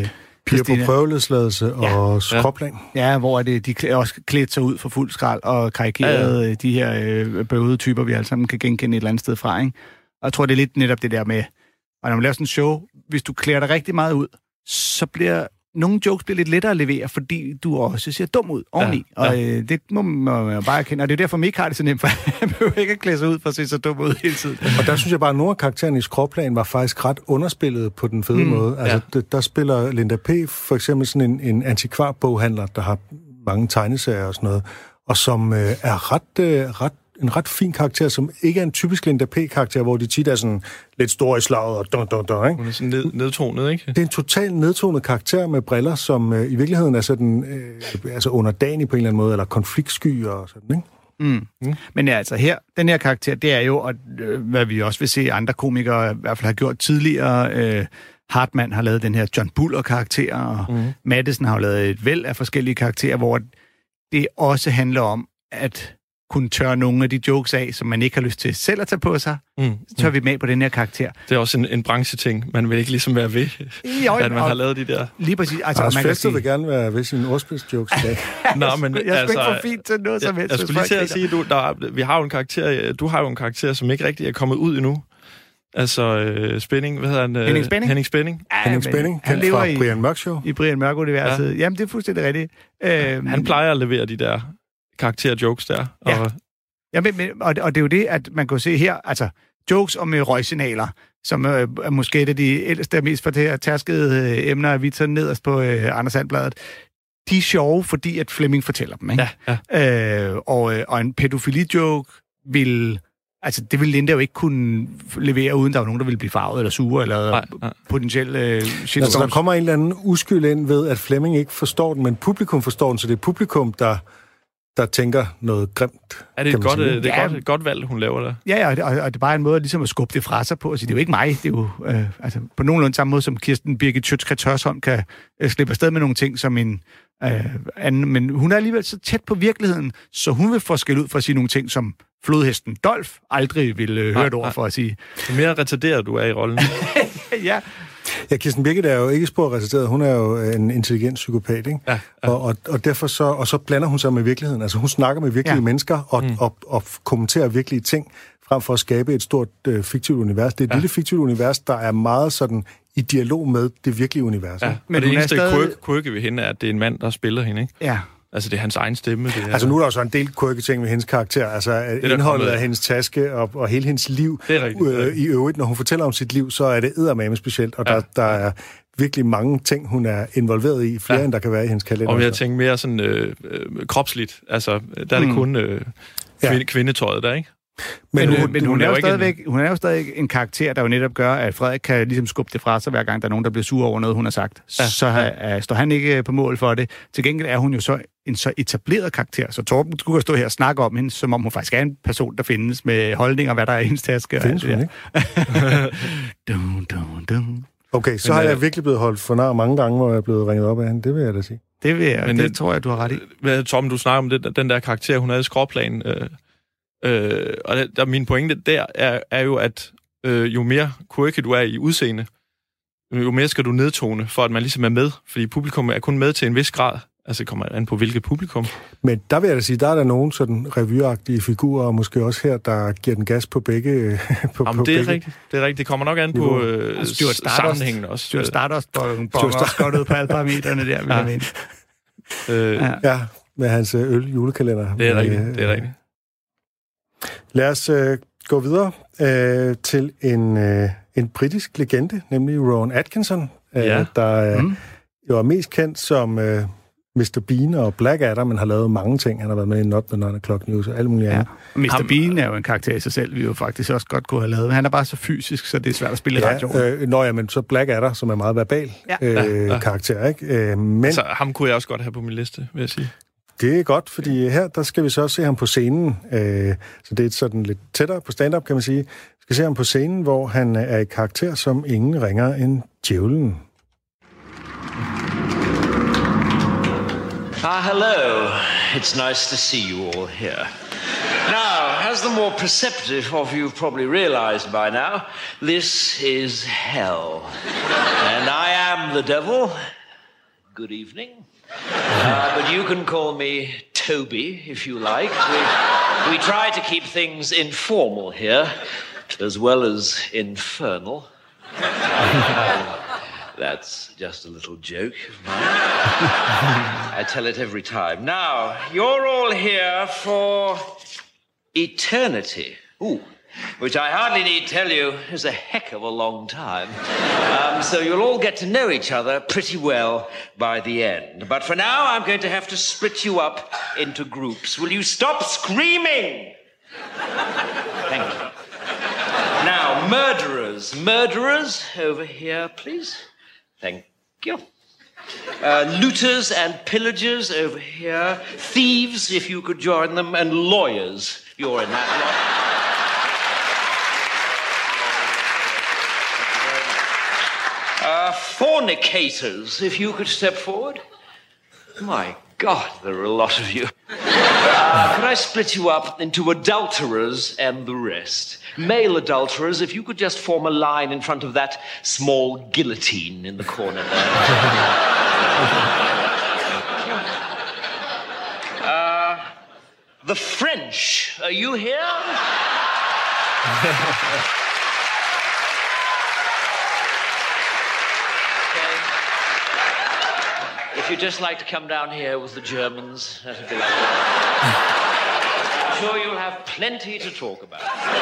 Piger på prøveløsladelse og ja. skråplan. Ja, hvor er det, de også klædt sig ud for fuld skrald og karikeret ja, ja. de her øh, bøvede typer, vi alle sammen kan genkende et eller andet sted fra, ikke? Og jeg tror, det er lidt netop det der med, og når man laver sådan en show, hvis du klæder dig rigtig meget ud, så bliver nogle jokes bliver lidt lettere at levere, fordi du også ser dum ud oveni. Ja, ja. Og øh, det må man bare erkende. Og det er derfor, man ikke har det så nemt, for han behøver ikke at klæde sig ud for at se så dum ud hele tiden. Og der synes jeg bare, at nogle af karaktererne i skråplan var faktisk ret underspillet på den fede mm, måde. Altså, ja. der spiller Linda P. for eksempel sådan en, en antikvarboghandler, der har mange tegneserier og sådan noget, og som øh, er ret, øh, ret en ret fin karakter, som ikke er en typisk Linda P-karakter, hvor de tit er sådan lidt store i slaget og dun, dun, dun, ikke? Hun er sådan ned, nedtonet, ikke? Det er en totalt nedtonet karakter med briller, som øh, i virkeligheden er sådan øh, altså underdanig på en eller anden måde, eller konfliktsky og sådan, ikke? Mm. Mm. Men ja, altså her, den her karakter, det er jo, og, øh, hvad vi også vil se andre komikere i hvert fald har gjort tidligere. Øh, Hartmann har lavet den her John Buller-karakter, og mm. Madison har jo lavet et væld af forskellige karakterer, hvor det også handler om, at kunne tørre nogle af de jokes af, som man ikke har lyst til selv at tage på sig, mm. så tør vi med på den her karakter. Det er også en, en brancheting. Man vil ikke ligesom være ved, jo, at man og, har lavet de der... Lige præcis. Altså, Lars Fester vil gerne være ved sine ordspidsjokes i dag. Nå, men jeg altså, skulle ikke få fint til noget som helst. Jeg, jeg skulle lige til at sige, du, der, vi har jo en karakter, du har jo en karakter, som ikke rigtig er kommet ud endnu. Altså, øh, Spænding, hvad hedder han? Øh, Henning Spænding? Henning Spænding. Ja, Henning Spænding, han lever fra i, Brian Mørk Show. I Brian Mørk-universet. Ja. Jamen, det er fuldstændig rigtigt. Øhm, han plejer at levere de der karakter-jokes der. Ja. Og, Ja, men, og, og det er jo det, at man kan se her, altså jokes om øh, røgsignaler, som øh, er måske et af de ældste og mest fortærskede øh, emner, vi tager nederst på øh, Anders Sandbladet. De er sjove, fordi at Flemming fortæller dem, ikke? Ja, ja. Øh, og, øh, og en pædofili-joke vil... Altså, det ville Linda jo ikke kunne levere, uden der var nogen, der ville blive farvet eller sure, eller nej, nej. potentielt øh, shitstorms. Altså, der kommer en eller anden uskyld ind ved, at Flemming ikke forstår den, men publikum forstår den, så det er publikum, der... der tænker noget grimt. Er det et, godt, det er ja. godt, et godt valg, hun laver der? Ja, ja, og, og det er bare en måde ligesom at skubbe det fra sig på, og sige, det er jo ikke mig, det er jo øh, altså, på nogenlunde samme måde, som Kirsten Birgit Sjøtskrets Hørsholm kan øh, slippe afsted med nogle ting, som en øh, anden, men hun er alligevel så tæt på virkeligheden, så hun vil få skæld ud for at sige nogle ting, som flodhesten Dolf aldrig ville øh, høre et ord for at sige. Jo mere retarderet du er i rollen. Ja. Ja, Kirsten Birgit er jo ikke spor retarderet. Hun er jo en intelligent psykopat, ikke? Ja, ja. Og, og, og derfor så, og så blander hun sig med virkeligheden. Altså hun snakker med virkelige ja. mennesker og, mm. og, og kommenterer virkelige ting, frem for at skabe et stort øh, fiktivt univers. Det er et ja. lille fiktivt univers, der er meget sådan i dialog med det virkelige univers. Ja. Men det eneste stadig... quirky ved hende er, at det er en mand, der spiller hende, ikke? Ja. Altså, det er hans egen stemme. Det er... Altså, nu er der jo så en del quirky ting med hendes karakter. Altså, indholdet af hendes taske og, og hele hendes liv. Det er rigtigt, øh, i øvrigt, når hun fortæller om sit liv, så er det eddermame specielt. Og ja. der, der er virkelig mange ting, hun er involveret i. Flere, ja. end der kan være i hendes kalender. Og vi har tænkt mere sådan øh, øh, kropsligt. Altså, der er det mm. kun øh, kvinde, ja. kvindetøjet der, ikke? Men, men, hun, men hun, hun, er jo stadigvæk, en... hun er jo stadig en karakter, der jo netop gør, at Frederik kan ligesom skubbe det fra sig, hver gang der er nogen, der bliver sur over noget, hun har sagt. Ja. Så ja. uh, står han ikke på mål for det. Til gengæld er hun jo så en så etableret karakter, så Torben skulle stå her og snakke om hende, som om hun faktisk er en person, der findes med holdninger, hvad der er i hendes taske. Findes hun ikke? dun, dun, dun. Okay, så men, har jeg virkelig blevet holdt for nar mange gange, hvor jeg er blevet ringet op af hende. Det vil jeg da sige. Det vil jeg, men det, det tror jeg, du har ret i. Torben, du snakker om det, den der karakter, hun havde i skråplan. Øh, øh, og der, der, min pointe der er, er jo, at øh, jo mere quirky du er i udseende, jo mere skal du nedtone, for at man ligesom er med. Fordi publikum er kun med til en vis grad. Altså, det kommer an på, hvilket publikum. Men der vil jeg da sige, der er der nogen sådan revyagtige figurer, og måske også her, der giver den gas på begge på, Jamen, på det er begge. rigtigt. Det er rigtigt. Det kommer nok an på øh, sammenhængen også. Stuart Stardust bonger også godt ud på alle parametrene der, vil ja. jeg mene. Øh, ja. ja, med hans øl julekalender. Det er rigtigt. Det er rigtigt. Lad os øh, gå videre øh, til en, øh, en britisk legende, nemlig Rowan Atkinson, øh, ja. der mm. jo er mest kendt som øh, mister Bean og Blackadder, men har lavet mange ting. Han har været med i Not the Nine O'Clock News og alt muligt andet. Ja. mister Ham, Bean er jo en karakter i sig selv, vi jo faktisk også godt kunne have lavet. Han er bare så fysisk, så det er svært at spille i ja, radioen. Øh, nå ja, men så Blackadder, som er meget verbal ja. øh, ja, ja. karakter, ikke? Øh, men altså, ham kunne jeg også godt have på min liste, vil jeg sige. Det er godt, fordi her, der skal vi så se ham på scenen. Øh, så det er sådan lidt tættere på stand-up, kan man sige. Vi skal se ham på scenen, hvor han er i karakter, som ingen ringer end djævlen. Ah, hello. It's nice to see you all here. Now, as the more perceptive of you probably realized by now, this is hell. And I am the devil, good evening. Uh, but you can call me Toby, if you like. We, we try to keep things informal here, as well as infernal. Um, that's just a little joke of mine. I tell it every time. Now, you're all here for eternity. Ooh. Which I hardly need tell you is a heck of a long time. Um, so you'll all get to know each other pretty well by the end. But for now, I'm going to have to split you up into groups. Will you stop screaming? Thank you. Now, murderers. Murderers, over here, please. Thank you. Uh, looters and pillagers, over here. Thieves, if you could join them. And lawyers, you're in that lot. Uh, fornicators, if you could step forward. My God, there are a lot of you. Uh, could I split you up into adulterers and the rest? Male adulterers, if you could just form a line in front of that small guillotine in the corner there. uh, the French, are you here? If you'd just like to come down here with the Germans, that'd be lovely. I'm sure you'll have plenty to talk about.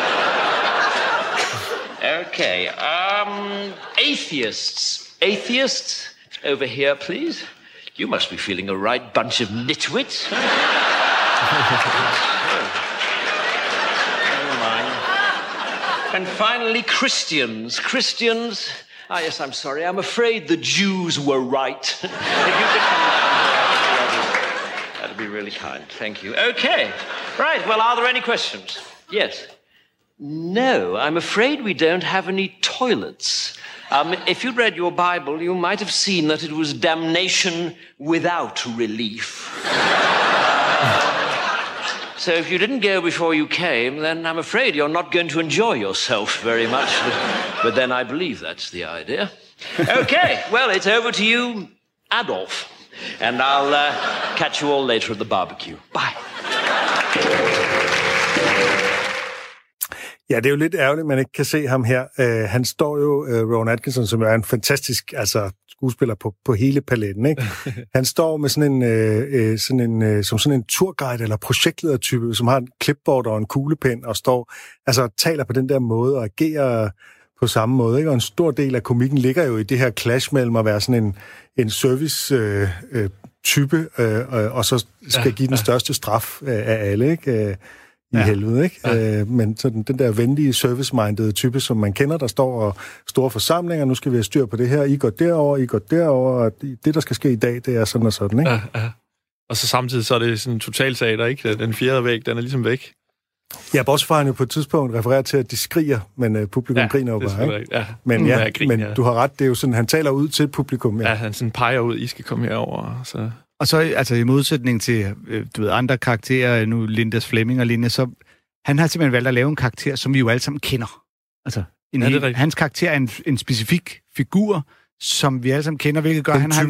Okay, um, atheists. Atheists, over here, please. You must be feeling a right bunch of nitwits. Huh? Never mind. And finally, Christians. Christians... Ah, yes, I'm sorry. I'm afraid the Jews were right. If you could come down here, that'd be really kind. Thank you. Okay. Right. Well, are there any questions? Yes. No, I'm afraid we don't have any toilets. Um, if you'd read your Bible, you might have seen that it was damnation without relief. So if you didn't go before you came, then I'm afraid you're not going to enjoy yourself very much. But, but then I believe that's the idea. Okay, well, it's over to you, Adolf. And I'll uh, catch you all later at the barbecue. Bye. Ja, det er jo lidt ærgerligt, at man ikke kan se ham her. Uh, han står jo, uh, Rowan Atkinson, som er en fantastisk altså, skuespiller på, på hele paletten, ikke? Han står med sådan en, uh, sådan en, uh, som sådan en turguide eller projektledertype, som har en clipboard og en kuglepen, og står, altså taler på den der måde og agerer på samme måde, ikke? Og en stor del af komikken ligger jo i det her clash mellem at være sådan en, en service uh, uh, type, uh, uh, og så skal ja, give den største straf uh, af alle, ikke? Uh, i ja. helvede, ikke? Ja. Øh, men sådan, den der venlige, service-mindede type, som man kender, der står og store forsamlinger, nu skal vi have styr på det her, I går derover, I går derover, og det, der skal ske i dag, det er sådan og sådan, ikke? Ja, ja. Og så samtidig så er det sådan en totalteater, ikke? Den fjerde væg, den er ligesom væk. Ja, bortset fra han jo på et tidspunkt refererer til, at de skriger, men uh, publikum ja, griner jo bare, ikke? Ja. Men, ja, grin, men ja. du har ret, det er jo sådan, han taler ud til publikum. Ja, ja han sådan peger ud, I skal komme herover, så... Og så, altså i modsætning til, du ved, andre karakterer, nu Lindas Fleming og lignende, så han har simpelthen valgt at lave en karakter, som vi jo alle sammen kender. Altså, en ja, hel, hans karakter er en, en specifik figur, som vi alle sammen kender, hvilket gør, han har...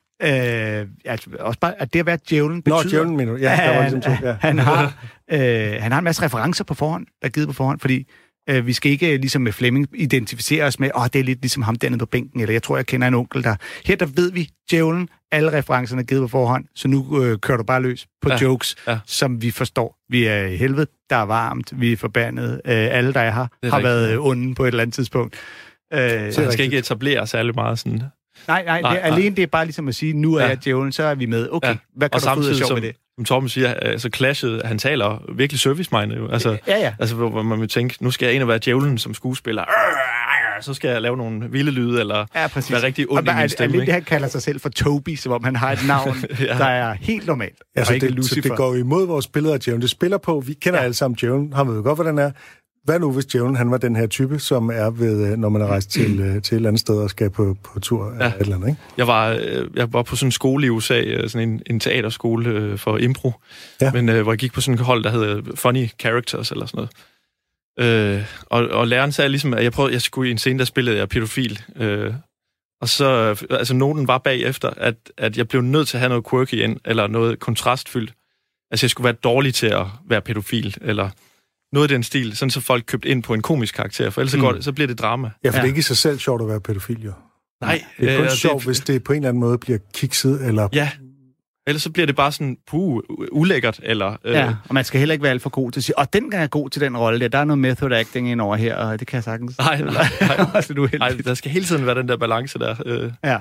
Øh, altså, også bare, at det at være djævlen betyder... Nå, djævlen, mener du? Ja, der var ligesom to, ja. Han har, øh, han har en masse referencer på forhånd, der er givet på forhånd, fordi øh, vi skal ikke, ligesom med Fleming, identificere os med, åh, oh, det er lidt ligesom ham dernede på bænken, eller jeg tror, jeg kender en onkel, der... Her, der ved vi, djævlen, alle referencerne er givet på forhånd, så nu øh, kører du bare løs på ja, jokes, ja. Som vi forstår. Vi er i helvede, der er varmt, vi er forbandet, øh, alle, der er her, har rigtigt. Været onde på et eller andet tidspunkt. Øh, så han skal ikke etablere særlig meget sådan... Nej, nej, nej, det, nej, alene det er bare ligesom at sige, nu er ja. jeg djævlen, så er vi med. Okay, ja. Hvad kan og du få ud af sjov med det? Som Torben siger, altså clashet, han taler virkelig service-minded jo. Altså, ja, ja. Altså, hvor man vil tænke, nu skal jeg ind og være djævlen som skuespiller. Så skal jeg lave nogle vilde lyde, eller ja, være rigtig ond i min stemme. Og det, han kalder sig selv for Toby, som om han har et navn, ja. Der er helt normalt. Altså, det, så det går imod vores billeder af djævlen. Det spiller på, vi kender ja. alle sammen djævlen, har vi jo godt, hvordan er. Hvad nu, hvis djævlen, han var den her type, som er ved, når man er rejst til, mm. til et eller andet sted og skal på, på tur ja. et eller andet, ikke? Jeg var, jeg var på sådan en skole i U S A, sådan en, en teaterskole for impro, ja. men hvor jeg gik på sådan et hold, der hed Funny Characters eller sådan noget. Øh, og, og læreren sagde ligesom, at jeg prøvede, jeg skulle i en scene, der spillede jeg pædofil. Øh, Og så, altså noten var bagefter, at, at jeg blev nødt til at have noget quirky ind, eller noget kontrastfyldt. Altså jeg skulle være dårlig til at være pædofil, eller noget af den stil, sådan så folk købte ind på en komisk karakter, for ellers mm. går det, så bliver det drama. Ja, for ja. det er ikke i sig selv sjovt at være pædofil, jo. Nej. Det er kun øh, sjovt, det, hvis det på en eller anden måde bliver kikset, eller... Ja, ellers så bliver det bare sådan, puh, ulækkert, eller... Øh... Ja, og man skal heller ikke være alt for god til at sige, og den er god til den rolle der, der er noget method acting ind over her, og det kan jeg sagtens. Nej, nej, nej. altså, du er nej, der skal hele tiden være den der balance der. Øh. Ja.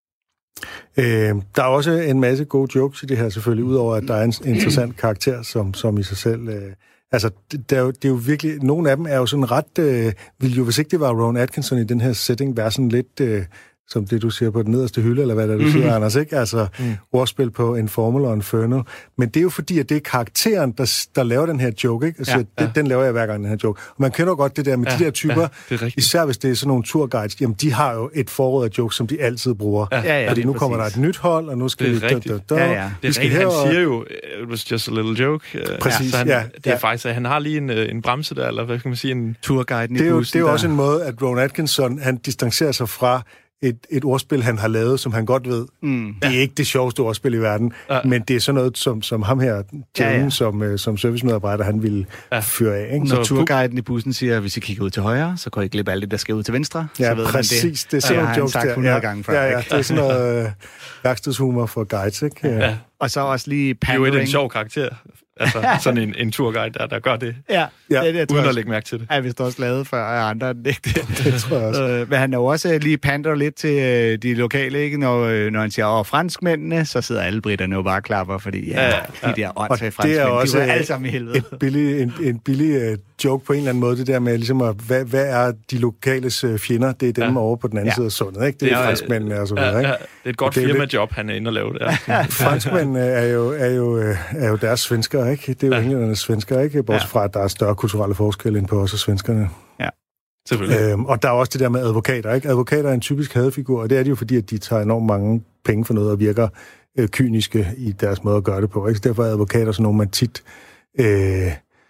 Øh, der er også en masse gode jokes i det her, selvfølgelig, udover at der er en interessant karakter, som, som i sig selv... Øh, altså, det er, jo, det er jo virkelig... Nogle af dem er jo sådan ret... Øh, ville jo, hvis ikke det var Rowan Atkinson i den her setting, være sådan lidt... Øh, som det, du siger på den nederste hylde, eller hvad det er, du mm-hmm. siger, Anders, ikke? Altså, mm. ordspil på Informal og Infernal. Men det er jo fordi, at det er karakteren, der, der laver den her joke, ikke? Altså, ja, ja. Den laver jeg hver gang, den her joke. Og man kender godt det der med ja, de der typer, ja, især hvis det er sådan nogle tourguides, jamen, de har jo et forråd af jokes, som de altid bruger. Ja, ja, ja, fordi nu kommer præcis. Der et nyt hold, og nu skal det er vi... Rigtigt. Da, da, da, ja, ja. Det er rigtigt, han siger jo, it was just a little joke. Præcis, så han, ja. Det er ja. faktisk, at han har lige en, en bremse der, eller hvad kan man sige, en tourguide i det er jo, bussen. Det er jo der. også en måde, at Rowan Atkinson, han distancerer sig fra Et, et ordspil, han har lavet, som han godt ved. Mm. Det er ja. ikke det sjoveste ordspil i verden, ja. men det er sådan noget, som, som ham her, Jane, ja, ja. som, uh, som servicemedarbejder, han ville ja. føre af. Ikke? Når turguiden i bussen siger, at hvis I kigger ud til højre, så går I glip af alt det, der skal ud til venstre. Ja, så ved præcis. Man det. Det er sådan nogle jokes der. hundrede gange før, ja, ja, det er sådan noget uh, værkstedshumor for guides, ikke? Ja. Ja. Og så også lige pandering. Det er jo en sjov karakter. Altså sådan en, en turguide, der, der gør det. Ja, ja. det, det uden at lægge mærke til det. Ja, hvis du også lavet før af andre end det. Det tror jeg også. Øh, men han er jo også lige pander lidt til øh, de lokale, ikke? Når, når han siger, åh, franskmændene, så sidder alle britterne jo bare og klapper, fordi ja, ja, ja. de der åndssvage franskmænd, det er også de var alle sammen i helvede. Et billig, en, en billig uh, joke på en eller anden måde, det der med ligesom, at, hvad, hvad er de lokales uh, fjender? Det er dem ja. over på den anden ja. side af sundet, ikke? Det, det er franskmændene og så videre, ja, ikke? Ja. Det er et godt firmajob, han er inde og lave det. Ja. Franskmændene er jo, er, jo, er jo deres svenskere, ikke? Det er jo ja. englændernes svenskere, ikke? Bortset fra, at der er større kulturelle forskelle end på os og svenskerne. Ja, selvfølgelig. Øhm, og der er også det der med advokater, ikke? Advokater er en typisk hadfigur, og det er det jo, fordi at de tager enormt mange penge for noget og virker øh, kyniske i deres måde at gøre det på, ikke? Så derfor er advokater sådan nogle, man tit øh,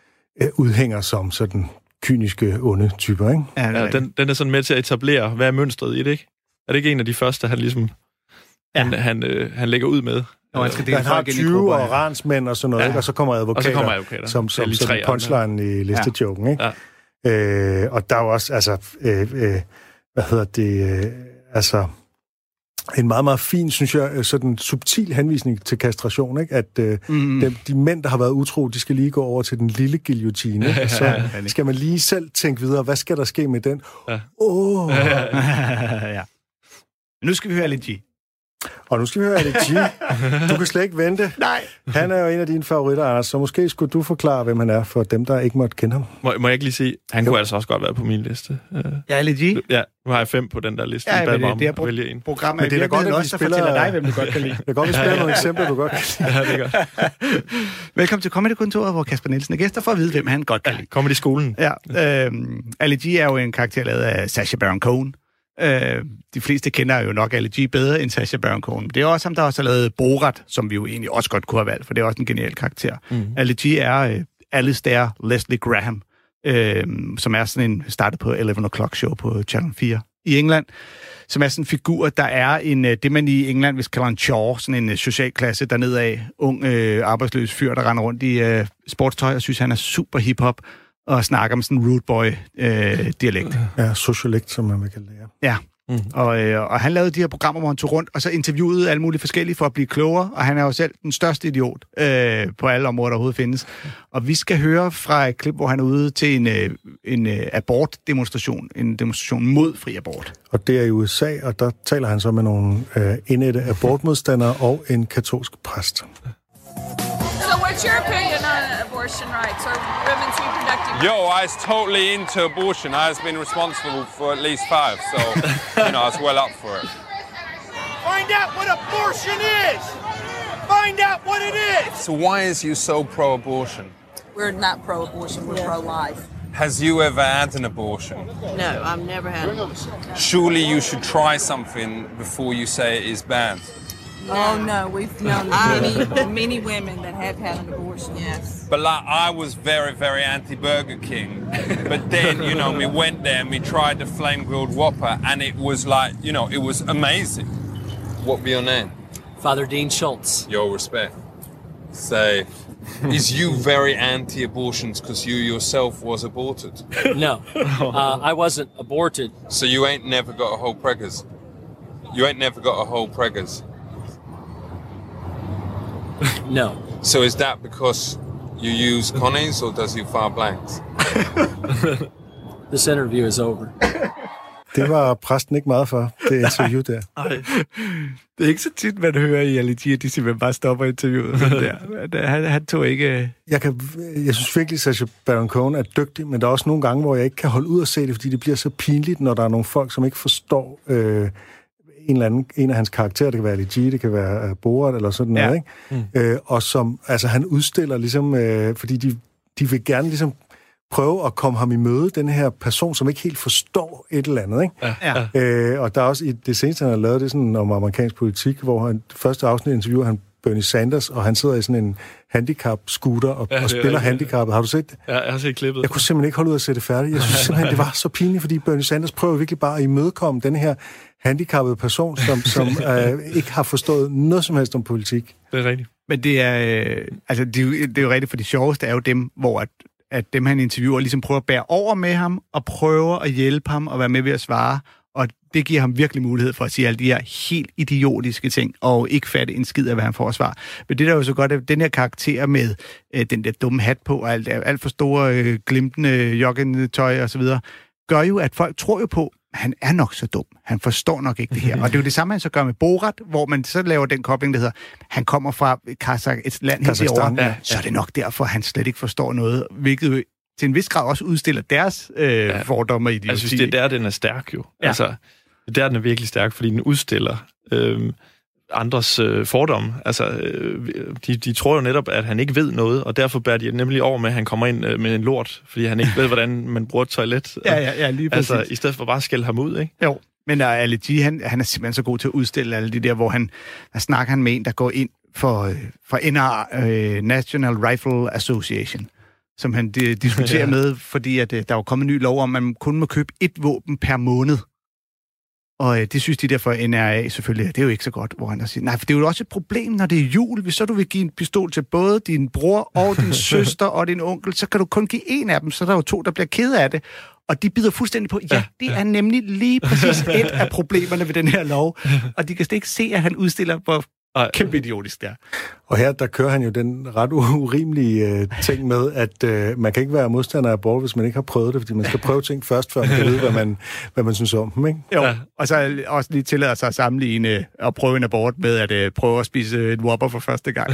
udhænger som sådan kyniske, onde typer, ikke? Ja, ja den, den er sådan med til at etablere, hvad er mønstret i det, ikke? Er det ikke en af de første, han ligesom ja. han, han, øh, han lægger ud med? Og han, skal han har tyve og ransmænd og sådan noget, ja. ikke? Og så kommer advokater, så kommer advokater. som, som, som punchline i listejoken, ikke? Ja. Øh, og der er jo også, altså, øh, øh, hvad hedder det, øh, altså, en meget, meget fin, synes jeg, sådan subtil henvisning til kastration, ikke? At øh, mm. de, de mænd, der har været utro, de skal lige gå over til den lille guillotine, ja, og så skal man lige selv tænke videre, hvad skal der ske med den? Åh! Ja. Oh. ja. Nu skal vi høre lidt G. Og nu skal vi høre Alec G. Du kan slet ikke vente. Nej. Han er jo en af dine favoritter, Anders, så måske skulle du forklare, hvem han er, for dem, der ikke måtte kende ham. Må, må jeg ikke lige sige, han jo. kunne altså også godt være på min liste. Ja, Alec G? Ja, nu har jeg fem på den der liste. Ja, men det, det er pro- vælge en. program, men det er da godt, at vi spiller... fortæller dig, hvem du godt kan lide. Det er godt, at vi spiller nogle eksempler, du godt kan lide. Ja, det er godt. Velkommen til Comedy-kontoret, hvor Kasper Nielsen er gæster for at vide, hvem han godt kan lide. Ja, Comedy-skolen. Ja, øh, Alec G er jo en karakter lavet af Sacha Baron Cohen. Øh, de fleste kender jo nok Alec G bedre end Sacha Baron Cohen. Det er også ham, der også har lavet Borat, som vi jo egentlig også godt kunne have valgt, for det er også en genial karakter. Mm. Alec G er øh, Alistair Leslie Graham, øh, som er sådan en, startet på elleve o'clock show på Channel fire i England, som er sådan en figur, der er en, det man i England hvis kalder en chaw, sådan en socialklasse dernede af, ung øh, arbejdsløs fyr, der render rundt i øh, sportstøj og synes, han er super hip-hop, og snakker om sådan en rude boy-dialekt. Øh, ja, socialekt, som man vil kalde det, ja. Ja, mm. og, øh, og han lavede de her programmer, hvor han tog rundt, og så interviewede alle mulige forskellige for at blive klogere, og han er jo selv den største idiot øh, på alle områder, der overhovedet findes. Og vi skal høre fra et klip, hvor han er ude til en, øh, en øh, abort-demonstration, en demonstration mod fri abort. Og det er i U S A, og der taler han så med nogle øh, indætte abortmodstandere og en katolsk præst. So what's your opinion on abortion rights or women's reproductive rights? Yo, I was totally into abortion. I was been responsible for at least five, so, you know, I was well up for it. Find out what abortion is! Find out what it is! So why is you so pro-abortion? We're not pro-abortion, we're yeah. pro-life. Has you ever had an abortion? No, I've never had an abortion. Surely you should try something before you say it is bad. Oh, no, we've known many, many women that have had an abortion. Yes. But like, I was very, very anti-Burger King. But then, you know, we went there and we tried the flame-grilled Whopper, and it was like, you know, it was amazing. What be your name? Father Dean Schultz. Your respect. Say, is you very anti-abortions because you yourself was aborted? No, uh, I wasn't aborted. So you ain't never got a whole preggers? You ain't never got a whole preggers? No. So is that because you use connies, or does you fire blanks? This interview is over. Det var præsten ikke meget for, det interview der. Det er ikke så tit, man hører i Ali G, at de simpelthen bare stopper interviewet. Sådan der. Han, han tog ikke... Jeg, kan, jeg synes virkelig, Sacha Baron Cohen er dygtig, men der er også nogle gange, hvor jeg ikke kan holde ud og se det, fordi det bliver så pinligt, når der er nogle folk, som ikke forstår øh, en eller anden, en af hans karakterer. Det kan være Ali G, det kan være uh, Borat eller sådan noget, ja. Ikke? Mm. Øh, og som, altså han udstiller ligesom, øh, fordi de, de vil gerne ligesom prøve at komme ham i møde, den her person, som ikke helt forstår et eller andet, ikke? Ja. Ja. Øh, og der er også i det seneste, han har lavet, det sådan om amerikansk politik, hvor han, første afsnit interviewer han Bernie Sanders, og han sidder i sådan en handicap-scooter og, ja, og spiller handicappet. Har du set det? Ja, jeg har set klippet. Jeg kunne simpelthen ikke holde ud at se det færdigt. Jeg synes simpelthen, det var så pinligt, fordi Bernie Sanders prøver virkelig bare at imødekomme den her handicappede person, som, som øh, ikke har forstået noget som helst om politik. Det er rigtigt. Men det er, øh, altså, det er, jo, det er jo rigtigt, for de sjoveste er jo dem, hvor at at dem, han interviewer, ligesom prøver at bære over med ham, og prøver at hjælpe ham og være med ved at svare. Og det giver ham virkelig mulighed for at sige alle de her helt idiotiske ting, og ikke fatte en skid af, hvad han får at svare. Men det der er jo så godt, at den her karakter med øh, den der dumme hat på, og alt, alt for store, øh, glimtende joggentøj og så videre, gør jo, at folk tror jo på, han er nok så dum. Han forstår nok ikke det her. Og det er jo det samme, han så gør med Borat, hvor man så laver den kobling, der hedder, han kommer fra Kazak, et land helt derovre, ja, så er det nok derfor, han slet ikke forstår noget, hvilket jo til en vis grad også udstiller deres øh, ja. fordomme i de. Jeg synes, det er der, den er stærk jo. Ja. Altså, det er der, den er virkelig stærk, fordi den udstiller øh, andres øh, fordomme. Altså, øh, de, de tror jo netop, at han ikke ved noget, og derfor bærer de nemlig over med, at han kommer ind øh, med en lort, fordi han ikke ved, hvordan man bruger et toilet. Ja, ja, ja, lige præcis. Altså, i stedet for bare at skælde ham ud, ikke? Jo, men uh, Ali G, han, han er simpelthen så god til at udstille alle de der, hvor han, der snakker han med en, der går ind for, for N R, øh, National Rifle Association, som han de, diskuterer ja. med, fordi at, øh, der er kommet en ny lov om, at man kun må købe et våben per måned. Og øh, det synes de der for N R A selvfølgelig, det er jo ikke så godt, hvor han har sagt, nej, for det er jo også et problem, når det er jul. Hvis så du vil give en pistol til både din bror og din søster og din onkel, så kan du kun give en af dem, så der er jo to, der bliver ked af det. Og de bider fuldstændig på, ja, det er nemlig lige præcis et af problemerne ved den her lov. Og de kan slet ikke se, at han udstiller, hvor kæmpe idiotisk det er. Og her, der kører han jo den ret urimelige uh, ting med, at uh, man kan ikke være modstander af abort, hvis man ikke har prøvet det, fordi man skal prøve ting først, før man kan vide, hvad man, hvad man synes om dem, ikke? Jo, ja. Og så også lige tillader sig at sammenligne og prøve en abort med at uh, prøve at spise en Whopper for første gang.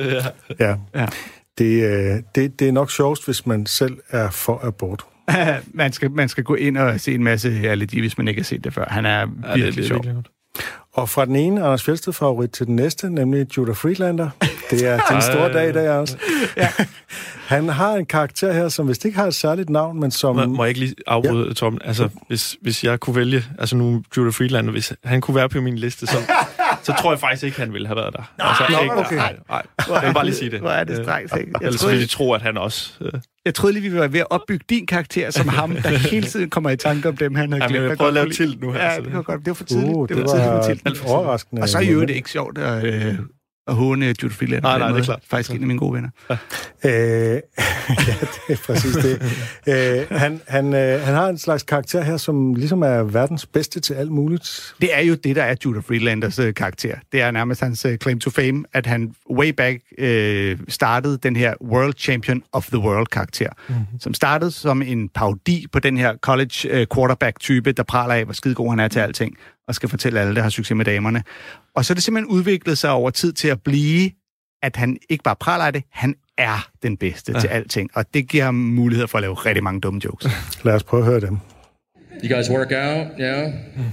ja. ja. ja. Det, uh, det, det er nok sjovest, hvis man selv er for abort. man, skal, man skal gå ind og se en masse Ali G, hvis man ikke har set det før. Han er virkelig ja, det, det, sjov. Virkelig. Og fra den ene Anders Fjeldsted-favorit til den næste, nemlig Judah Friedlander. Det er den store dag i dag også. Ja. Han har en karakter her, som vist ikke har et særligt navn, men som... Må, må jeg ikke lige afbryde, ja. Tom? Altså, hvis, hvis jeg kunne vælge... Altså nu, Judah Friedlander, hvis han kunne være på min liste, så, så tror jeg faktisk ikke, han ville have været der. Nå, altså, nå, ikke, okay. Nej, nej. Jeg vil bare lige sige det. Hvor er det strengt, ikke? Ellers ville de tro, at han også... Øh... Jeg troede lige, vi ville være ved at opbygge din karakter som ham, der hele tiden kommer i tanke om dem, han havde glemt. Ja, jeg prøver at lave til nu her. Ja, det var godt. Det var for tidligt. Uh, det var, det var tidligt for overraskende. Og så er jo det ikke sjovt at, øh, at håne Judah Friedlander. Nej, nej, det er klart. Faktisk en af mine gode venner. Ja, øh, ja det er præcis det. øh, han, han, øh, han har en slags karakter her, som ligesom er verdens bedste til alt muligt. Det er jo det, der er Judah Friedlanders øh, karakter. Det er nærmest hans øh, claim to fame, at han way back øh, startede den her World Champion of the World-karakter, mm-hmm. som startede som en parodi på den her college øh, quarterback-type, der praler af, hvor skidegod han er til alting, og skal fortælle alle, der har succes med damerne. Og så er det simpelthen udviklet sig over tid til at blive, at han ikke bare praler af det, han er den bedste ja. til alting. Og det giver ham mulighed for at lave rigtig mange dumme jokes. Lad os prøve at høre dem. You guys work out, yeah?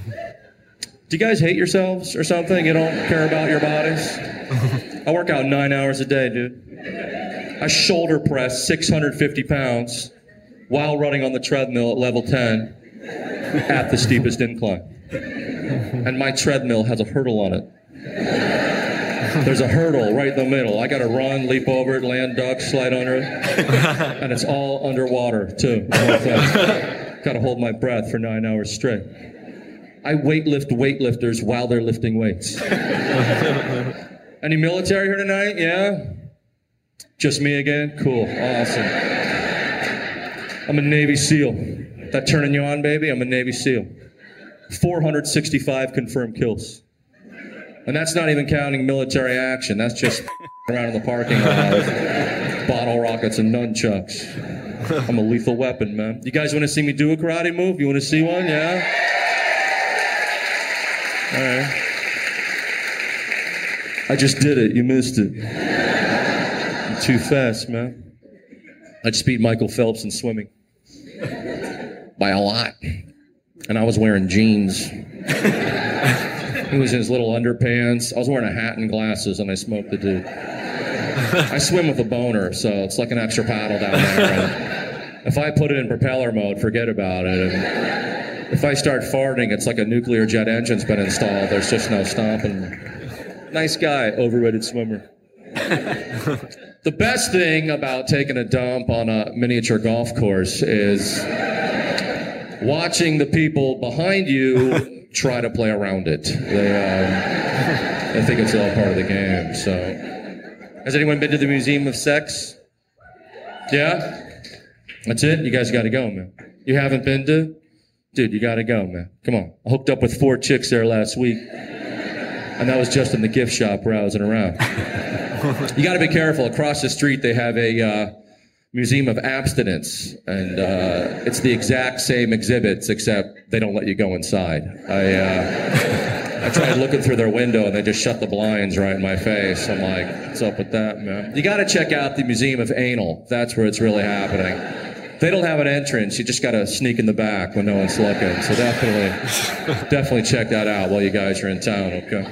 Do you guys hate yourselves or something? You don't care about your bodies? I work out nine hours a day, dude. I shoulder press six hundred fifty pounds while running on the treadmill at level ten at the steepest incline. And my treadmill has a hurdle on it. There's a hurdle right in the middle. I gotta run, leap over it, land, duck, slide under it. And it's all underwater, too. Gotta hold my breath for nine hours straight. I weightlift weightlifters while they're lifting weights. Any military here tonight? Yeah? Just me again? Cool. Awesome. I'm a Navy SEAL. That turning you on, baby? I'm a Navy SEAL. four hundred sixty-five confirmed kills. And that's not even counting military action. That's just around in the parking lot with bottle rockets and nunchucks. I'm a lethal weapon, man. You guys want to see me do a karate move? You want to see one? Yeah? All right. I just did it. You missed it. You're too fast, man. I just beat Michael Phelps in swimming. By a lot. And I was wearing jeans. He was in his little underpants. I was wearing a hat and glasses, and I smoked the dude. I swim with a boner, so it's like an extra paddle down there. And if I put it in propeller mode, forget about it. And if I start farting, it's like a nuclear jet engine's been installed. There's just no stopping. Nice guy, overrated swimmer. The best thing about taking a dump on a miniature golf course is watching the people behind you try to play around it. They, um, I think it's all part of the game. So, has anyone been to the Museum of Sex? Yeah? That's it? You guys got to go, man. You haven't been to? Dude, you got to go, man. Come on. I hooked up with four chicks there last week. And that was just in the gift shop browsing around. You got to be careful. Across the street, they have a uh, Museum of Abstinence. And uh, it's the exact same exhibits, except they don't let you go inside. I uh, I tried looking through their window, and they just shut the blinds right in my face. I'm like, what's up with that, man? You got to check out the Museum of Anal. That's where it's really happening. They don't have an entrance. You just got to sneak in the back when no one's looking. So definitely, definitely check that out while you guys are in town, okay?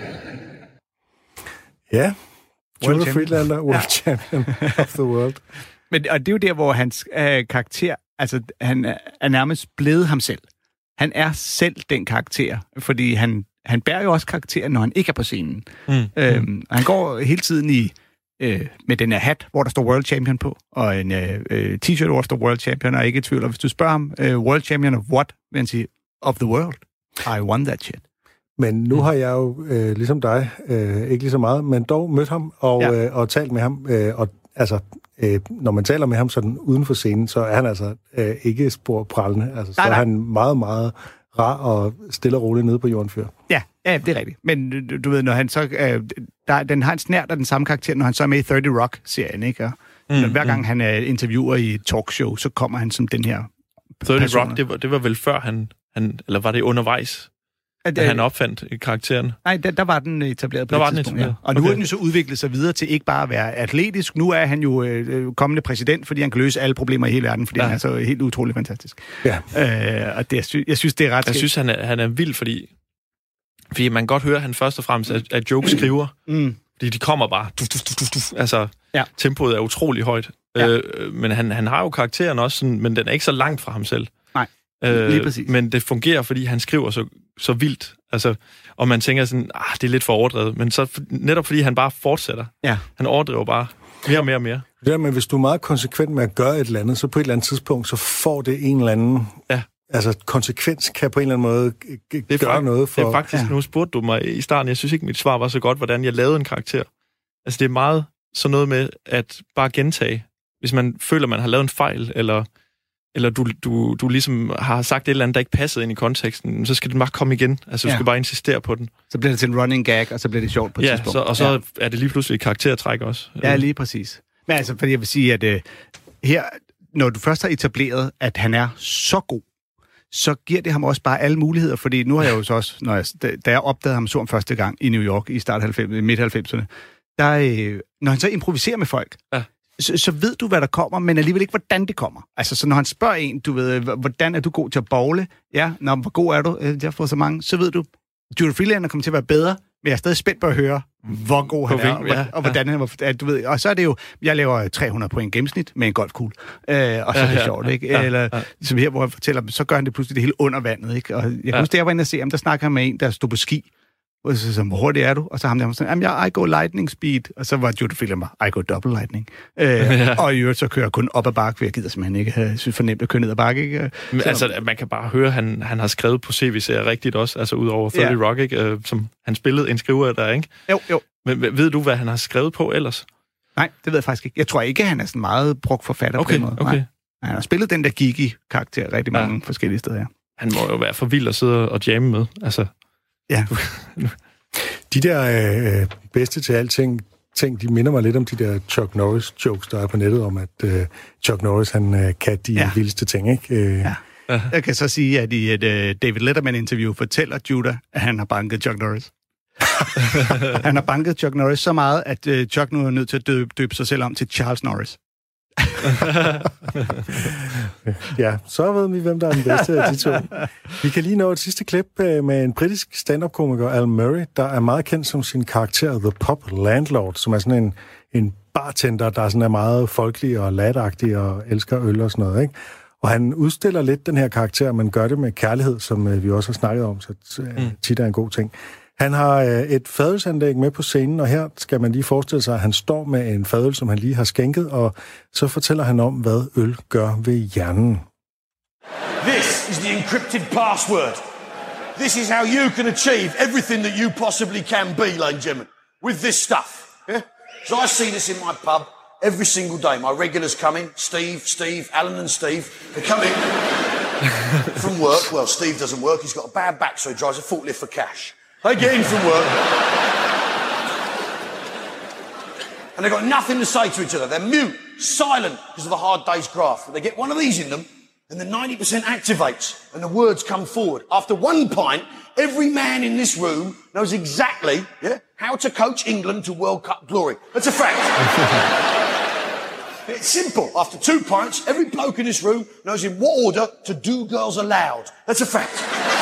Ja, World Judah champion. Friedlander, World Ja. Champion of the World. Men, og det er jo der, hvor hans øh, karakter, altså han er, er nærmest blevet ham selv. Han er selv den karakter, fordi han, han bærer jo også karakteren, når han ikke er på scenen. Mm. Øhm, og han går hele tiden i øh, med den her hat, hvor der står World Champion på, og en øh, øh, t-shirt, hvor der står World Champion, og ikke i tvivl. Og hvis du spørger ham, øh, World Champion of what? Vil han sige, of the world. I won that shit. Men nu har jeg jo, øh, ligesom dig, øh, ikke lige så meget, men dog mødt ham og, ja. øh, og talt med ham. Øh, og altså, øh, når man taler med ham sådan uden for scenen, så er han altså øh, ikke spor prallende. Altså, så nej, nej. er han meget, meget rar og stille og roligt nede på jorden før. Ja, ja, det er rigtigt. Men du, du ved, når han så... Øh, der, den har en snært af den samme karakter, når han så er med i thirty Rock-serien, ikke? Og mm, hver gang mm. han er interviewer i et talkshow, så kommer han som den her thirty personer. Rock, det var, det var vel før han, han... Eller var det undervejs, at, at han opfandt karakteren? Nej, der, der var den etableret på der det var tidspunkt. Den Ja. Og nu okay. er den jo så udviklet sig videre til ikke bare at være atletisk. Nu er han jo øh, kommende præsident, fordi han kan løse alle problemer i hele verden, fordi ja. han er så helt utrolig fantastisk. Ja. Øh, og det, jeg synes, det er ret Jeg skægt. synes, han er, han er vild, fordi... Fordi man kan godt høre, at han først og fremmest er, er joke-skriver. Mm. Fordi de kommer bare... Duf, duf, duf, duf, duf. Altså, ja. tempoet er utrolig højt. Ja. Øh, men han, han har jo karakteren også, sådan, men den er ikke så langt fra ham selv. Nej, øh, lige præcis. Men det fungerer, fordi han skriver så, så vildt. Altså, og man tænker sådan, ah, det er lidt for overdrevet. Men så netop fordi han bare fortsætter. Ja. Han overdriver bare mere og mere og mere. Det der, men hvis du er meget konsekvent med at gøre et eller andet, så på et eller andet tidspunkt, så får det en eller anden... Ja. Altså, konsekvens kan på en eller anden måde g- det gøre noget for... Det er faktisk, ja. Nu spurgte du mig i starten, jeg synes ikke, mit svar var så godt, hvordan jeg lavede en karakter. Altså, det er meget sådan noget med at bare gentage. Hvis man føler, man har lavet en fejl, eller, eller du, du, du ligesom har sagt et eller andet, der ikke passede ind i konteksten, så skal den bare komme igen. Altså, du ja. skal bare insistere på den. Så bliver det til en running gag, og så bliver det sjovt på et ja, tidspunkt. Så, og så ja, og så er det lige pludselig et karaktertræk også. Ja, lige præcis. Men altså, fordi jeg vil sige, at øh, her, når du først har etableret, at han er så god, så giver det ham også bare alle muligheder, fordi nu har jeg jo så også, når jeg, da jeg opdagede ham så om første gang i New York i start halvfemserne, midt halvfemserne, der, øh, når han så improviserer med folk, ja. så, så ved du, hvad der kommer, men alligevel ikke, hvordan det kommer. Altså, så når han spørger en, du ved, hvordan er du god til at bowle? Ja, når hvor god er du? Jeg har fået så mange. Så ved du, Judah Friedlander kommer til at være bedre, men jeg er stadig spændt på at høre, hvor god han er, og, ja, og hvordan ja. han var. Du ved, og så er det jo, jeg laver tre hundrede point gennemsnit med en golfkugle, øh, og så ja, er det ja, sjovt, ikke? Ja, Eller ja. som her, hvor jeg fortæller, så gør han det pludselig det hele under vandet, ikke? Og jeg kan ja. huske, da jeg var inde og se ham, der snakker han med en, der stod på ski, Og så siger hvor hurtigt er du? Og så ham der sådan, jamen jeg I go lightning speed. Og så var Jude Filmer, I go double lightning. Øh, ja. Og i øvrigt så kører kun op ad bakke, for jeg gider simpelthen ikke have synes for nemt at køre ned ad bakke. Ikke? Men, altså, man kan bare høre, at han, han har skrevet på C V-serier rigtigt også, altså ud over thirty ja. Rock, ikke? Øh, som han spillede en skriver der, ikke? Jo, jo. Men ved du, hvad han har skrevet på ellers? Nej, det ved jeg faktisk ikke. Jeg tror ikke, at han er sådan meget brugt forfatter okay, på den måde. Okay. Nej. Han har spillet den der Gigi-karakter rigtig mange ja. forskellige steder, ja. Han må jo være for vild at sidde og jamme med, altså. Ja. De der øh, bedste til alting, ting, de minder mig lidt om de der Chuck Norris-jokes, der er på nettet, om at øh, Chuck Norris, han øh, kan de ja. vildeste ting, ikke? Øh, ja. Jeg kan så sige, at i et uh, David Letterman-interview fortæller Judah, at han har banket Chuck Norris. Han har banket Chuck Norris så meget, at uh, Chuck nu er nødt til at døbe, døbe sig selv om til Charles Norris. Ja, så ved vi, hvem der er den bedste af de to. Vi kan lige nå et sidste klip med en britisk stand-up-komiker, Al Murray, der er meget kendt som sin karakter The Pub Landlord, som er sådan en, en bartender, der sådan er meget folkelig og latagtig og elsker øl og sådan noget, ikke? Og han udstiller lidt den her karakter, men gør det med kærlighed, som vi også har snakket om, så tit er en god ting. Han har et fadelsanlæg med på scenen, og her skal man lige forestille sig, at han står med en fadøl, som han lige har skænket, og så fortæller han om, hvad øl gør ved hjernen. This is the encrypted password. This is how you can achieve everything that you possibly can be, ladies and gentlemen, with this stuff. Yeah? So I see this in my pub every single day. My regulars come in, Steve, Steve, Alan and Steve. They come in from work. Well, Steve doesn't work. He's got a bad back, so he drives a forklift for cash. They get in from work. And they've got nothing to say to each other. They're mute, silent because of the hard day's graft. But they get one of these in them, and the ninety percent activates, and the words come forward. After one pint, every man in this room knows exactly yeah, how to coach England to World Cup glory. That's a fact. It's simple. After two pints, every bloke in this room knows in what order to do girls aloud. That's a fact.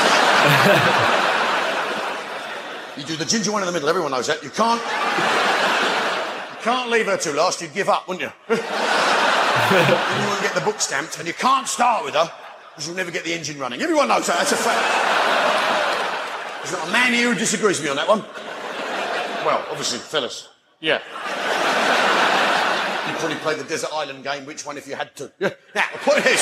You do the ginger one in the middle, everyone knows that. You can't... You can't leave her too last, you'd give up, wouldn't you? Then you wouldn't get the book stamped, and you can't start with her, because you'll never get the engine running. Everyone knows that, that's a fact. There's not a man here who disagrees with me on that one. Well, obviously, fellas. Yeah. You'd probably play the Desert Island game, which one if you had to. Yeah. Now, the point is...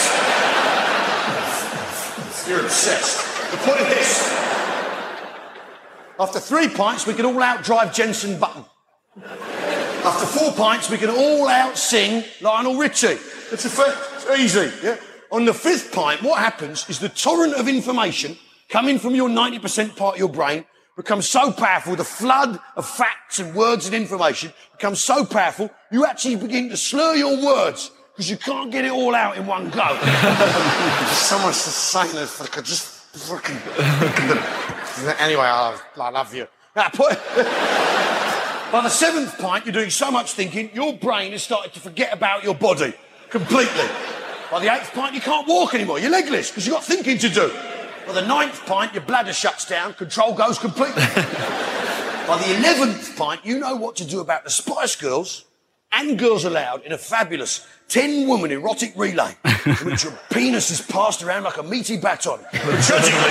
You're obsessed. The point is this. After three pints, we can all out-drive Jensen Button. After four pints, we can all out-sing Lionel Richie. It's a fact. It's easy, yeah? On the fifth pint, what happens is the torrent of information coming from your ninety percent part of your brain becomes so powerful, the flood of facts and words and information becomes so powerful, you actually begin to slur your words because you can't get it all out in one go. Someone's just saying this, I could just fucking... Anyway, I, I love you. Now, put, by the seventh pint, you're doing so much thinking, your brain has started to forget about your body completely. By the eighth pint, you can't walk anymore. You're legless because you've got thinking to do. By the ninth pint, your bladder shuts down, control goes completely. By the eleventh pint, you know what to do about the Spice Girls and Girls Aloud in a fabulous ten-woman erotic relay in which your penis is passed around like a meaty baton. But tragically...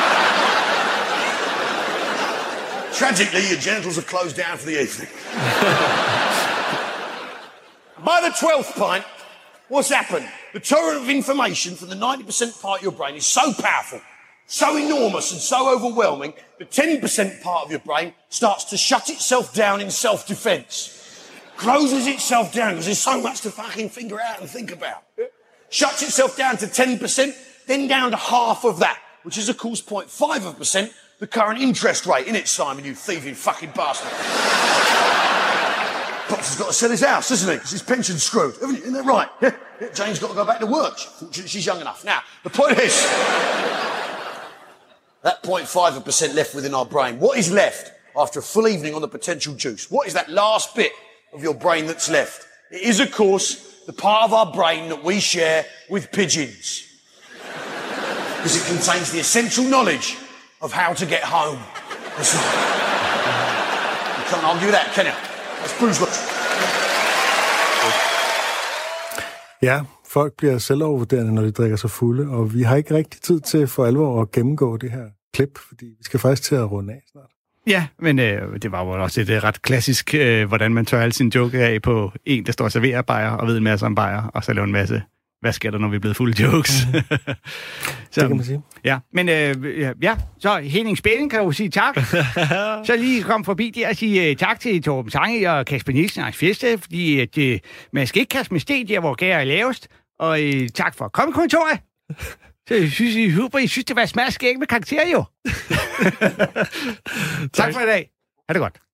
Tragically, your genitals have closed down for the evening. By the twelfth pint, what's happened? The torrent of information from the ninety percent part of your brain is so powerful, so enormous and so overwhelming, the ten percent part of your brain starts to shut itself down in self-defense. Closes itself down because there's so much to fucking figure out and think about. Shuts itself down to ten percent, then down to half of that, which is, of course, zero point five percent, the current interest rate. Innit, Simon, you thieving fucking bastard? Pops has got to sell his house, doesn't he? Because his pension's screwed. Isn't that right? Yeah. Yeah. Jane's got to go back to work. Fortunately, she's young enough. Now, the point is, that zero point five percent left within our brain. What is left after a full evening on the potential juice? What is that last bit of your brain that's left? It is, of course, the part of our brain that we share with pigeons. Because it contains the essential knowledge of how to get home. That's right. You can't argue that, can you? That's Bruce Willis. Ja, folk bliver selvovervurderende, når de drikker sig fulde, og vi har ikke rigtig tid til for alvor at gennemgå det her klip, fordi vi skal faktisk til at runde af snart. Ja, men øh, det var jo også et øh, ret klassisk, øh, hvordan man tør alle sine joke af på en, der står og serverer bajer og ved en masse om bajer, og så laver en masse, hvad sker der, når vi er blevet fulde jokes? Mm. så, det kan man sige. Ja, men øh, ja, så Henning Spænding kan jo sige tak. Så lige kom forbi der og sige uh, tak til Torben Sange og Kasper Nielsen og Fjeste, fordi at, uh, man skal ikke kaste med sten der, hvor gær er lavest. Og uh, tak for at komme i kontoret. Så jeg synes, I, håber, I synes, det var smaskæg med karakter, jo. tak for i dag. Ha' det godt.